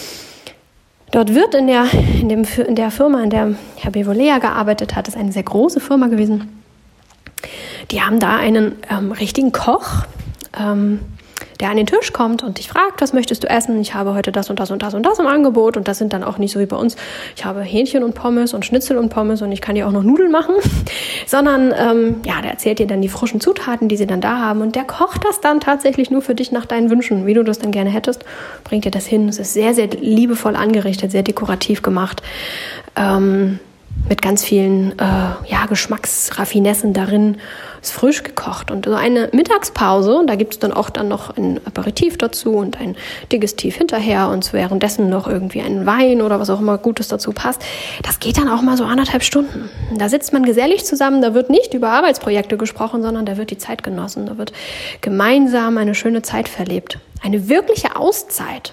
[SPEAKER 1] Dort wird in der Firma, in der Herr Bevolea gearbeitet hat, ist eine sehr große Firma gewesen. Die haben da einen richtigen Koch, der an den Tisch kommt und dich fragt, was möchtest du essen? Ich habe heute das und das und das und das im Angebot und das sind dann auch nicht so wie bei uns, ich habe Hähnchen und Pommes und Schnitzel und Pommes und ich kann dir auch noch Nudeln machen, sondern der erzählt dir dann die frischen Zutaten, die sie dann da haben und der kocht das dann tatsächlich nur für dich nach deinen Wünschen, wie du das dann gerne hättest, bringt dir das hin. Es ist sehr, sehr liebevoll angerichtet, sehr dekorativ gemacht, mit ganz vielen Geschmacksraffinessen darin. Ist frisch gekocht und so eine Mittagspause, und da gibt es dann auch noch ein Aperitif dazu und ein Digestiv hinterher und währenddessen noch irgendwie einen Wein oder was auch immer Gutes dazu passt. Das geht dann auch mal so 1,5 Stunden. Da sitzt man gesellig zusammen, da wird nicht über Arbeitsprojekte gesprochen, sondern da wird die Zeit genossen, da wird gemeinsam eine schöne Zeit verlebt. Eine wirkliche Auszeit.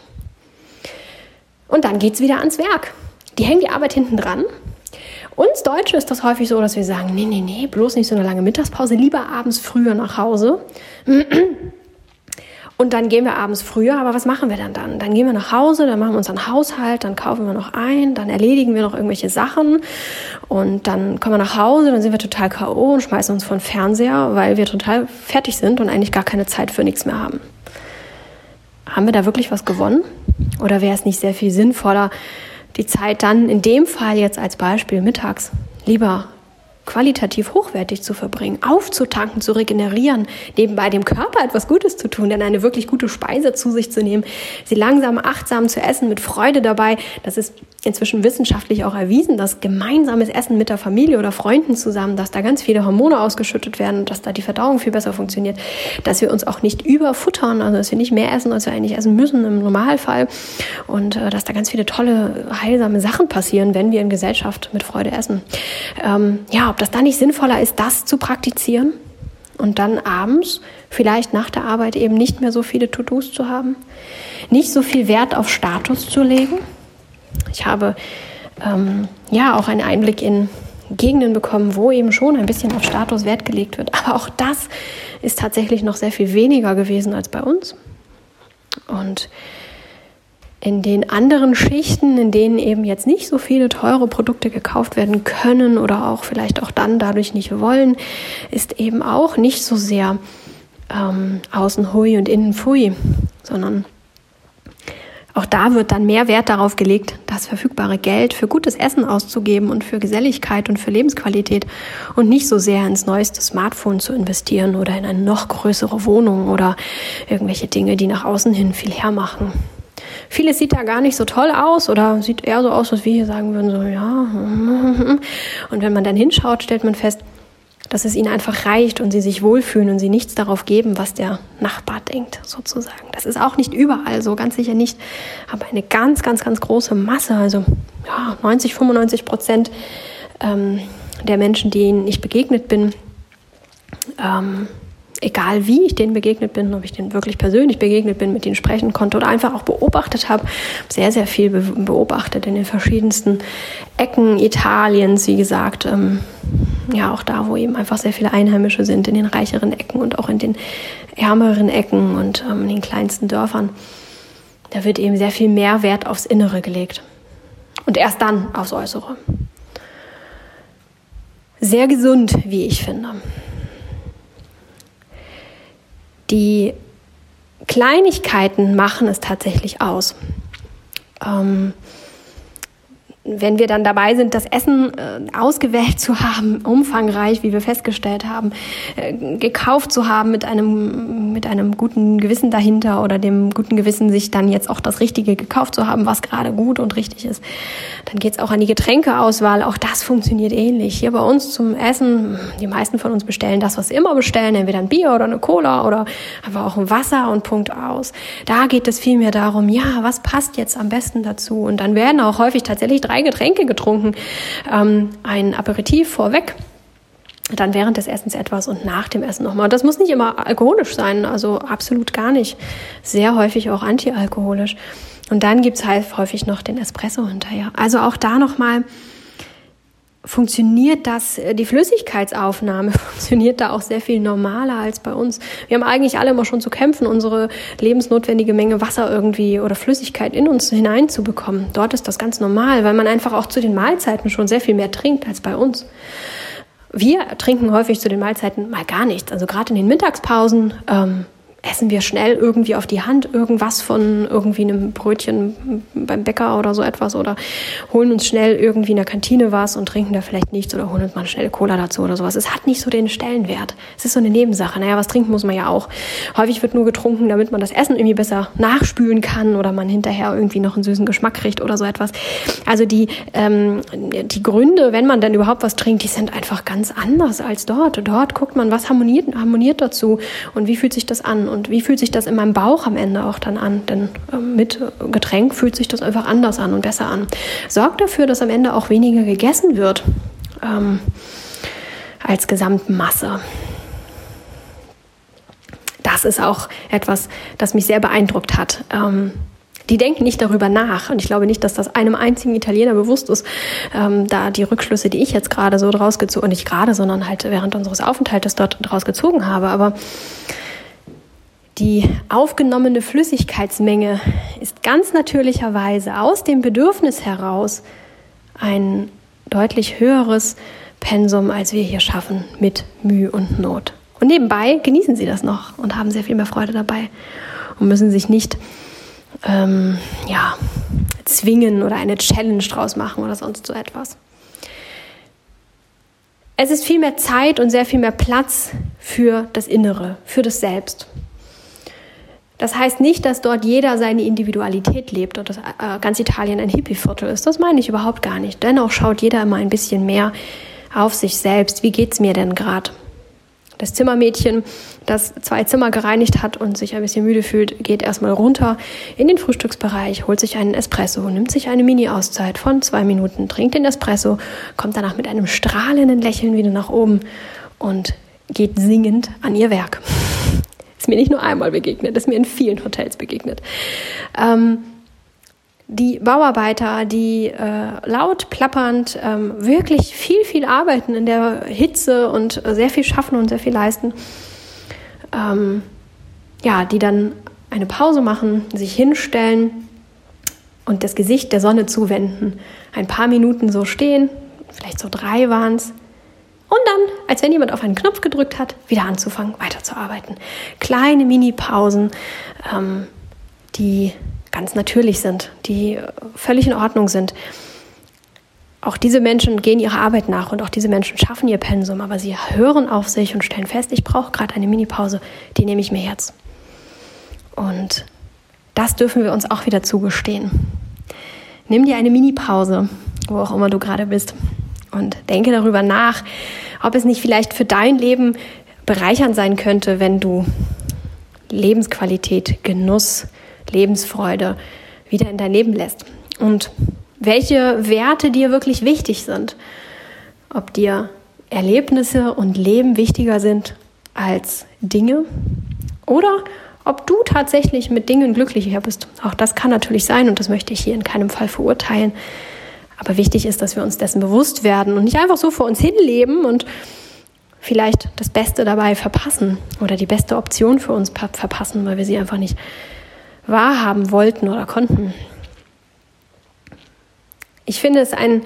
[SPEAKER 1] Und dann geht's wieder ans Werk. Die hängen die Arbeit hinten dran. Uns Deutsche ist das häufig so, dass wir sagen, nee, bloß nicht so eine lange Mittagspause, lieber abends früher nach Hause. Und dann gehen wir abends früher, aber was machen wir dann? Dann gehen wir nach Hause, dann machen wir unseren Haushalt, dann kaufen wir noch ein, dann erledigen wir noch irgendwelche Sachen und dann kommen wir nach Hause, dann sind wir total K.O. und schmeißen uns vor den Fernseher, weil wir total fertig sind und eigentlich gar keine Zeit für nichts mehr haben. Haben wir da wirklich was gewonnen? Oder wäre es nicht sehr viel sinnvoller, die Zeit dann in dem Fall jetzt als Beispiel mittags lieber qualitativ hochwertig zu verbringen, aufzutanken, zu regenerieren, nebenbei dem Körper etwas Gutes zu tun, denn eine wirklich gute Speise zu sich zu nehmen, sie langsam, achtsam zu essen, mit Freude dabei. Das ist inzwischen wissenschaftlich auch erwiesen, dass gemeinsames Essen mit der Familie oder Freunden zusammen, dass da ganz viele Hormone ausgeschüttet werden und dass da die Verdauung viel besser funktioniert, dass wir uns auch nicht überfuttern, also dass wir nicht mehr essen, als wir eigentlich essen müssen im Normalfall und dass da ganz viele tolle, heilsame Sachen passieren, wenn wir in Gesellschaft mit Freude essen. Ob das dann nicht sinnvoller ist, das zu praktizieren und dann abends, vielleicht nach der Arbeit eben nicht mehr so viele To-Dos zu haben, nicht so viel Wert auf Status zu legen. Ich habe auch einen Einblick in Gegenden bekommen, wo eben schon ein bisschen auf Status Wert gelegt wird. Aber auch das ist tatsächlich noch sehr viel weniger gewesen als bei uns. Und in den anderen Schichten, in denen eben jetzt nicht so viele teure Produkte gekauft werden können oder auch vielleicht auch dann dadurch nicht wollen, ist eben auch nicht so sehr außen hui und innen pfui, sondern auch da wird dann mehr Wert darauf gelegt, das verfügbare Geld für gutes Essen auszugeben und für Geselligkeit und für Lebensqualität und nicht so sehr ins neueste Smartphone zu investieren oder in eine noch größere Wohnung oder irgendwelche Dinge, die nach außen hin viel hermachen. Vieles sieht da gar nicht so toll aus oder sieht eher so aus, was wir hier sagen würden, so ja. Und wenn man dann hinschaut, stellt man fest, dass es ihnen einfach reicht und sie sich wohlfühlen und sie nichts darauf geben, was der Nachbar denkt, sozusagen. Das ist auch nicht überall so, ganz sicher nicht, aber eine ganz, ganz, ganz große Masse, also 90-95% der Menschen, denen ich begegnet bin, egal wie ich denen begegnet bin, ob ich denen wirklich persönlich begegnet bin, mit denen sprechen konnte oder einfach auch beobachtet habe, sehr, sehr viel beobachtet in den verschiedensten Ecken Italiens, wie gesagt, auch da, wo eben einfach sehr viele Einheimische sind, in den reicheren Ecken und auch in den ärmeren Ecken und in den kleinsten Dörfern. Da wird eben sehr viel mehr Wert aufs Innere gelegt und erst dann aufs Äußere. Sehr gesund, wie ich finde. Die Kleinigkeiten machen es tatsächlich aus. Wenn wir dann dabei sind, das Essen ausgewählt zu haben, umfangreich, wie wir festgestellt haben, gekauft zu haben mit einem guten Gewissen dahinter oder dem guten Gewissen, sich dann jetzt auch das Richtige gekauft zu haben, was gerade gut und richtig ist, dann geht es auch an die Getränkeauswahl. Auch das funktioniert ähnlich. Hier bei uns zum Essen, die meisten von uns bestellen das, was sie immer bestellen, entweder ein Bier oder eine Cola oder einfach auch ein Wasser und Punkt aus. Da geht es viel mehr darum, was passt jetzt am besten dazu? Und dann werden auch häufig tatsächlich 3 Getränke getrunken, ein Aperitif vorweg, dann während des Essens etwas und nach dem Essen nochmal. Das muss nicht immer alkoholisch sein, also absolut gar nicht. Sehr häufig auch antialkoholisch. Und dann gibt es halt häufig noch den Espresso hinterher. Also auch da nochmal funktioniert die Flüssigkeitsaufnahme funktioniert da auch sehr viel normaler als bei uns. Wir haben eigentlich alle immer schon zu kämpfen, unsere lebensnotwendige Menge Wasser irgendwie oder Flüssigkeit in uns hineinzubekommen. Dort ist das ganz normal, weil man einfach auch zu den Mahlzeiten schon sehr viel mehr trinkt als bei uns. Wir trinken häufig zu den Mahlzeiten mal gar nichts. Also gerade in den Mittagspausen essen wir schnell irgendwie auf die Hand irgendwas von irgendwie einem Brötchen beim Bäcker oder so etwas oder holen uns schnell irgendwie in der Kantine was und trinken da vielleicht nichts oder holen uns mal eine schnelle Cola dazu oder sowas. Es hat nicht so den Stellenwert. Es ist so eine Nebensache. Was trinken muss man ja auch. Häufig wird nur getrunken, damit man das Essen irgendwie besser nachspülen kann oder man hinterher irgendwie noch einen süßen Geschmack kriegt oder so etwas. Also die Gründe, wenn man dann überhaupt was trinkt, die sind einfach ganz anders als dort. Dort guckt man, was harmoniert dazu und wie fühlt sich das an. Und wie fühlt sich das in meinem Bauch am Ende auch dann an? Denn mit Getränk fühlt sich das einfach anders an und besser an. Sorgt dafür, dass am Ende auch weniger gegessen wird als Gesamtmasse. Das ist auch etwas, das mich sehr beeindruckt hat. Die denken nicht darüber nach. Und ich glaube nicht, dass das einem einzigen Italiener bewusst ist, da die Rückschlüsse, die ich jetzt gerade so draus gezogen, und nicht gerade, sondern halt während unseres Aufenthaltes dort draus gezogen habe. Aber die aufgenommene Flüssigkeitsmenge ist ganz natürlicherweise aus dem Bedürfnis heraus ein deutlich höheres Pensum, als wir hier schaffen, mit Mühe und Not. Und nebenbei genießen sie das noch und haben sehr viel mehr Freude dabei und müssen sich nicht zwingen oder eine Challenge draus machen oder sonst so etwas. Es ist viel mehr Zeit und sehr viel mehr Platz für das Innere, für das Selbst. Das heißt nicht, dass dort jeder seine Individualität lebt und dass ganz Italien ein Hippie-Viertel ist. Das meine ich überhaupt gar nicht. Dennoch schaut jeder immer ein bisschen mehr auf sich selbst. Wie geht's mir denn gerade? Das Zimmermädchen, das 2 Zimmer gereinigt hat und sich ein bisschen müde fühlt, geht erstmal runter in den Frühstücksbereich, holt sich einen Espresso, nimmt sich eine Mini-Auszeit von 2 Minuten, trinkt den Espresso, kommt danach mit einem strahlenden Lächeln wieder nach oben und geht singend an ihr Werk. Ist mir nicht nur einmal begegnet, ist mir in vielen Hotels begegnet. Die Bauarbeiter, die laut plappernd wirklich viel arbeiten in der Hitze und sehr viel schaffen und sehr viel leisten, die dann eine Pause machen, sich hinstellen und das Gesicht der Sonne zuwenden, ein paar Minuten so stehen, vielleicht so 3 waren es, und dann, als wenn jemand auf einen Knopf gedrückt hat, wieder anzufangen, weiterzuarbeiten. Kleine Mini-Pausen, die ganz natürlich sind, die völlig in Ordnung sind. Auch diese Menschen gehen ihrer Arbeit nach und auch diese Menschen schaffen ihr Pensum, aber sie hören auf sich und stellen fest, ich brauche gerade eine Mini-Pause, die nehme ich mir jetzt. Und das dürfen wir uns auch wieder zugestehen. Nimm dir eine Mini-Pause, wo auch immer du gerade bist, und denke darüber nach, ob es nicht vielleicht für dein Leben bereichernd sein könnte, wenn du Lebensqualität, Genuss, Lebensfreude wieder in dein Leben lässt. Und welche Werte dir wirklich wichtig sind. Ob dir Erlebnisse und Leben wichtiger sind als Dinge oder ob du tatsächlich mit Dingen glücklicher bist. Auch das kann natürlich sein und das möchte ich hier in keinem Fall verurteilen. Aber wichtig ist, dass wir uns dessen bewusst werden und nicht einfach so vor uns hinleben und vielleicht das Beste dabei verpassen oder die beste Option für uns verpassen, weil wir sie einfach nicht wahrhaben wollten oder konnten. Ich finde es ein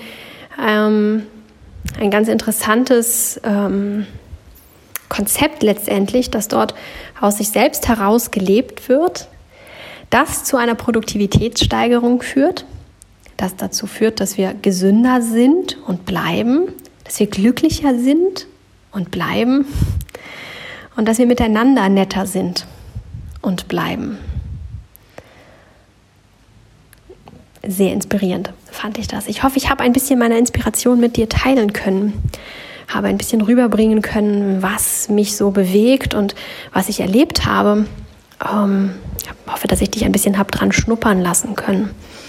[SPEAKER 1] ganz interessantes Konzept letztendlich, dass dort aus sich selbst heraus gelebt wird, das zu einer Produktivitätssteigerung führt, das dazu führt, dass wir gesünder sind und bleiben, dass wir glücklicher sind und bleiben und dass wir miteinander netter sind und bleiben. Sehr inspirierend fand ich das. Ich hoffe, ich habe ein bisschen meiner Inspiration mit dir teilen können, habe ein bisschen rüberbringen können, was mich so bewegt und was ich erlebt habe. Ich hoffe, dass ich dich ein bisschen habe dran schnuppern lassen können.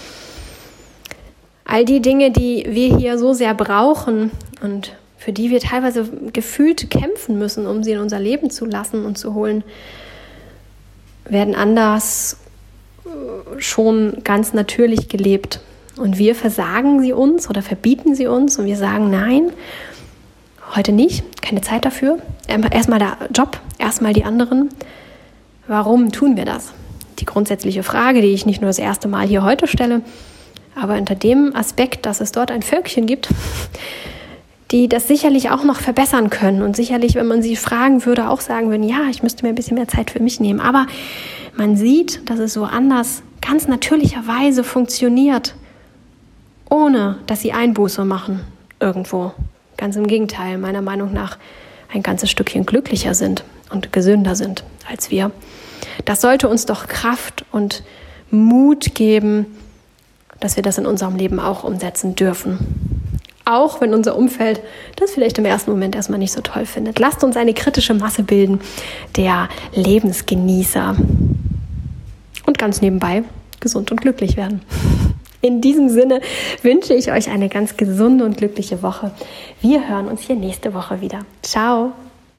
[SPEAKER 1] All die Dinge, die wir hier so sehr brauchen und für die wir teilweise gefühlt kämpfen müssen, um sie in unser Leben zu lassen und zu holen, werden anders schon ganz natürlich gelebt. Und wir versagen sie uns oder verbieten sie uns und wir sagen, nein, heute nicht, keine Zeit dafür. Erstmal der Job, erstmal die anderen. Warum tun wir das? Die grundsätzliche Frage, die ich nicht nur das erste Mal hier heute stelle, aber unter dem Aspekt, dass es dort ein Völkchen gibt, die das sicherlich auch noch verbessern können und sicherlich, wenn man sie fragen würde, auch sagen würden, ja, ich müsste mir ein bisschen mehr Zeit für mich nehmen. Aber man sieht, dass es so anders, ganz natürlicherweise funktioniert, ohne dass sie Einbuße machen irgendwo. Ganz im Gegenteil, meiner Meinung nach ein ganzes Stückchen glücklicher sind und gesünder sind als wir. Das sollte uns doch Kraft und Mut geben, dass wir das in unserem Leben auch umsetzen dürfen. Auch wenn unser Umfeld das vielleicht im ersten Moment erstmal nicht so toll findet. Lasst uns eine kritische Masse bilden der Lebensgenießer und ganz nebenbei gesund und glücklich werden. In diesem Sinne wünsche ich euch eine ganz gesunde und glückliche Woche. Wir hören uns hier nächste Woche wieder. Ciao!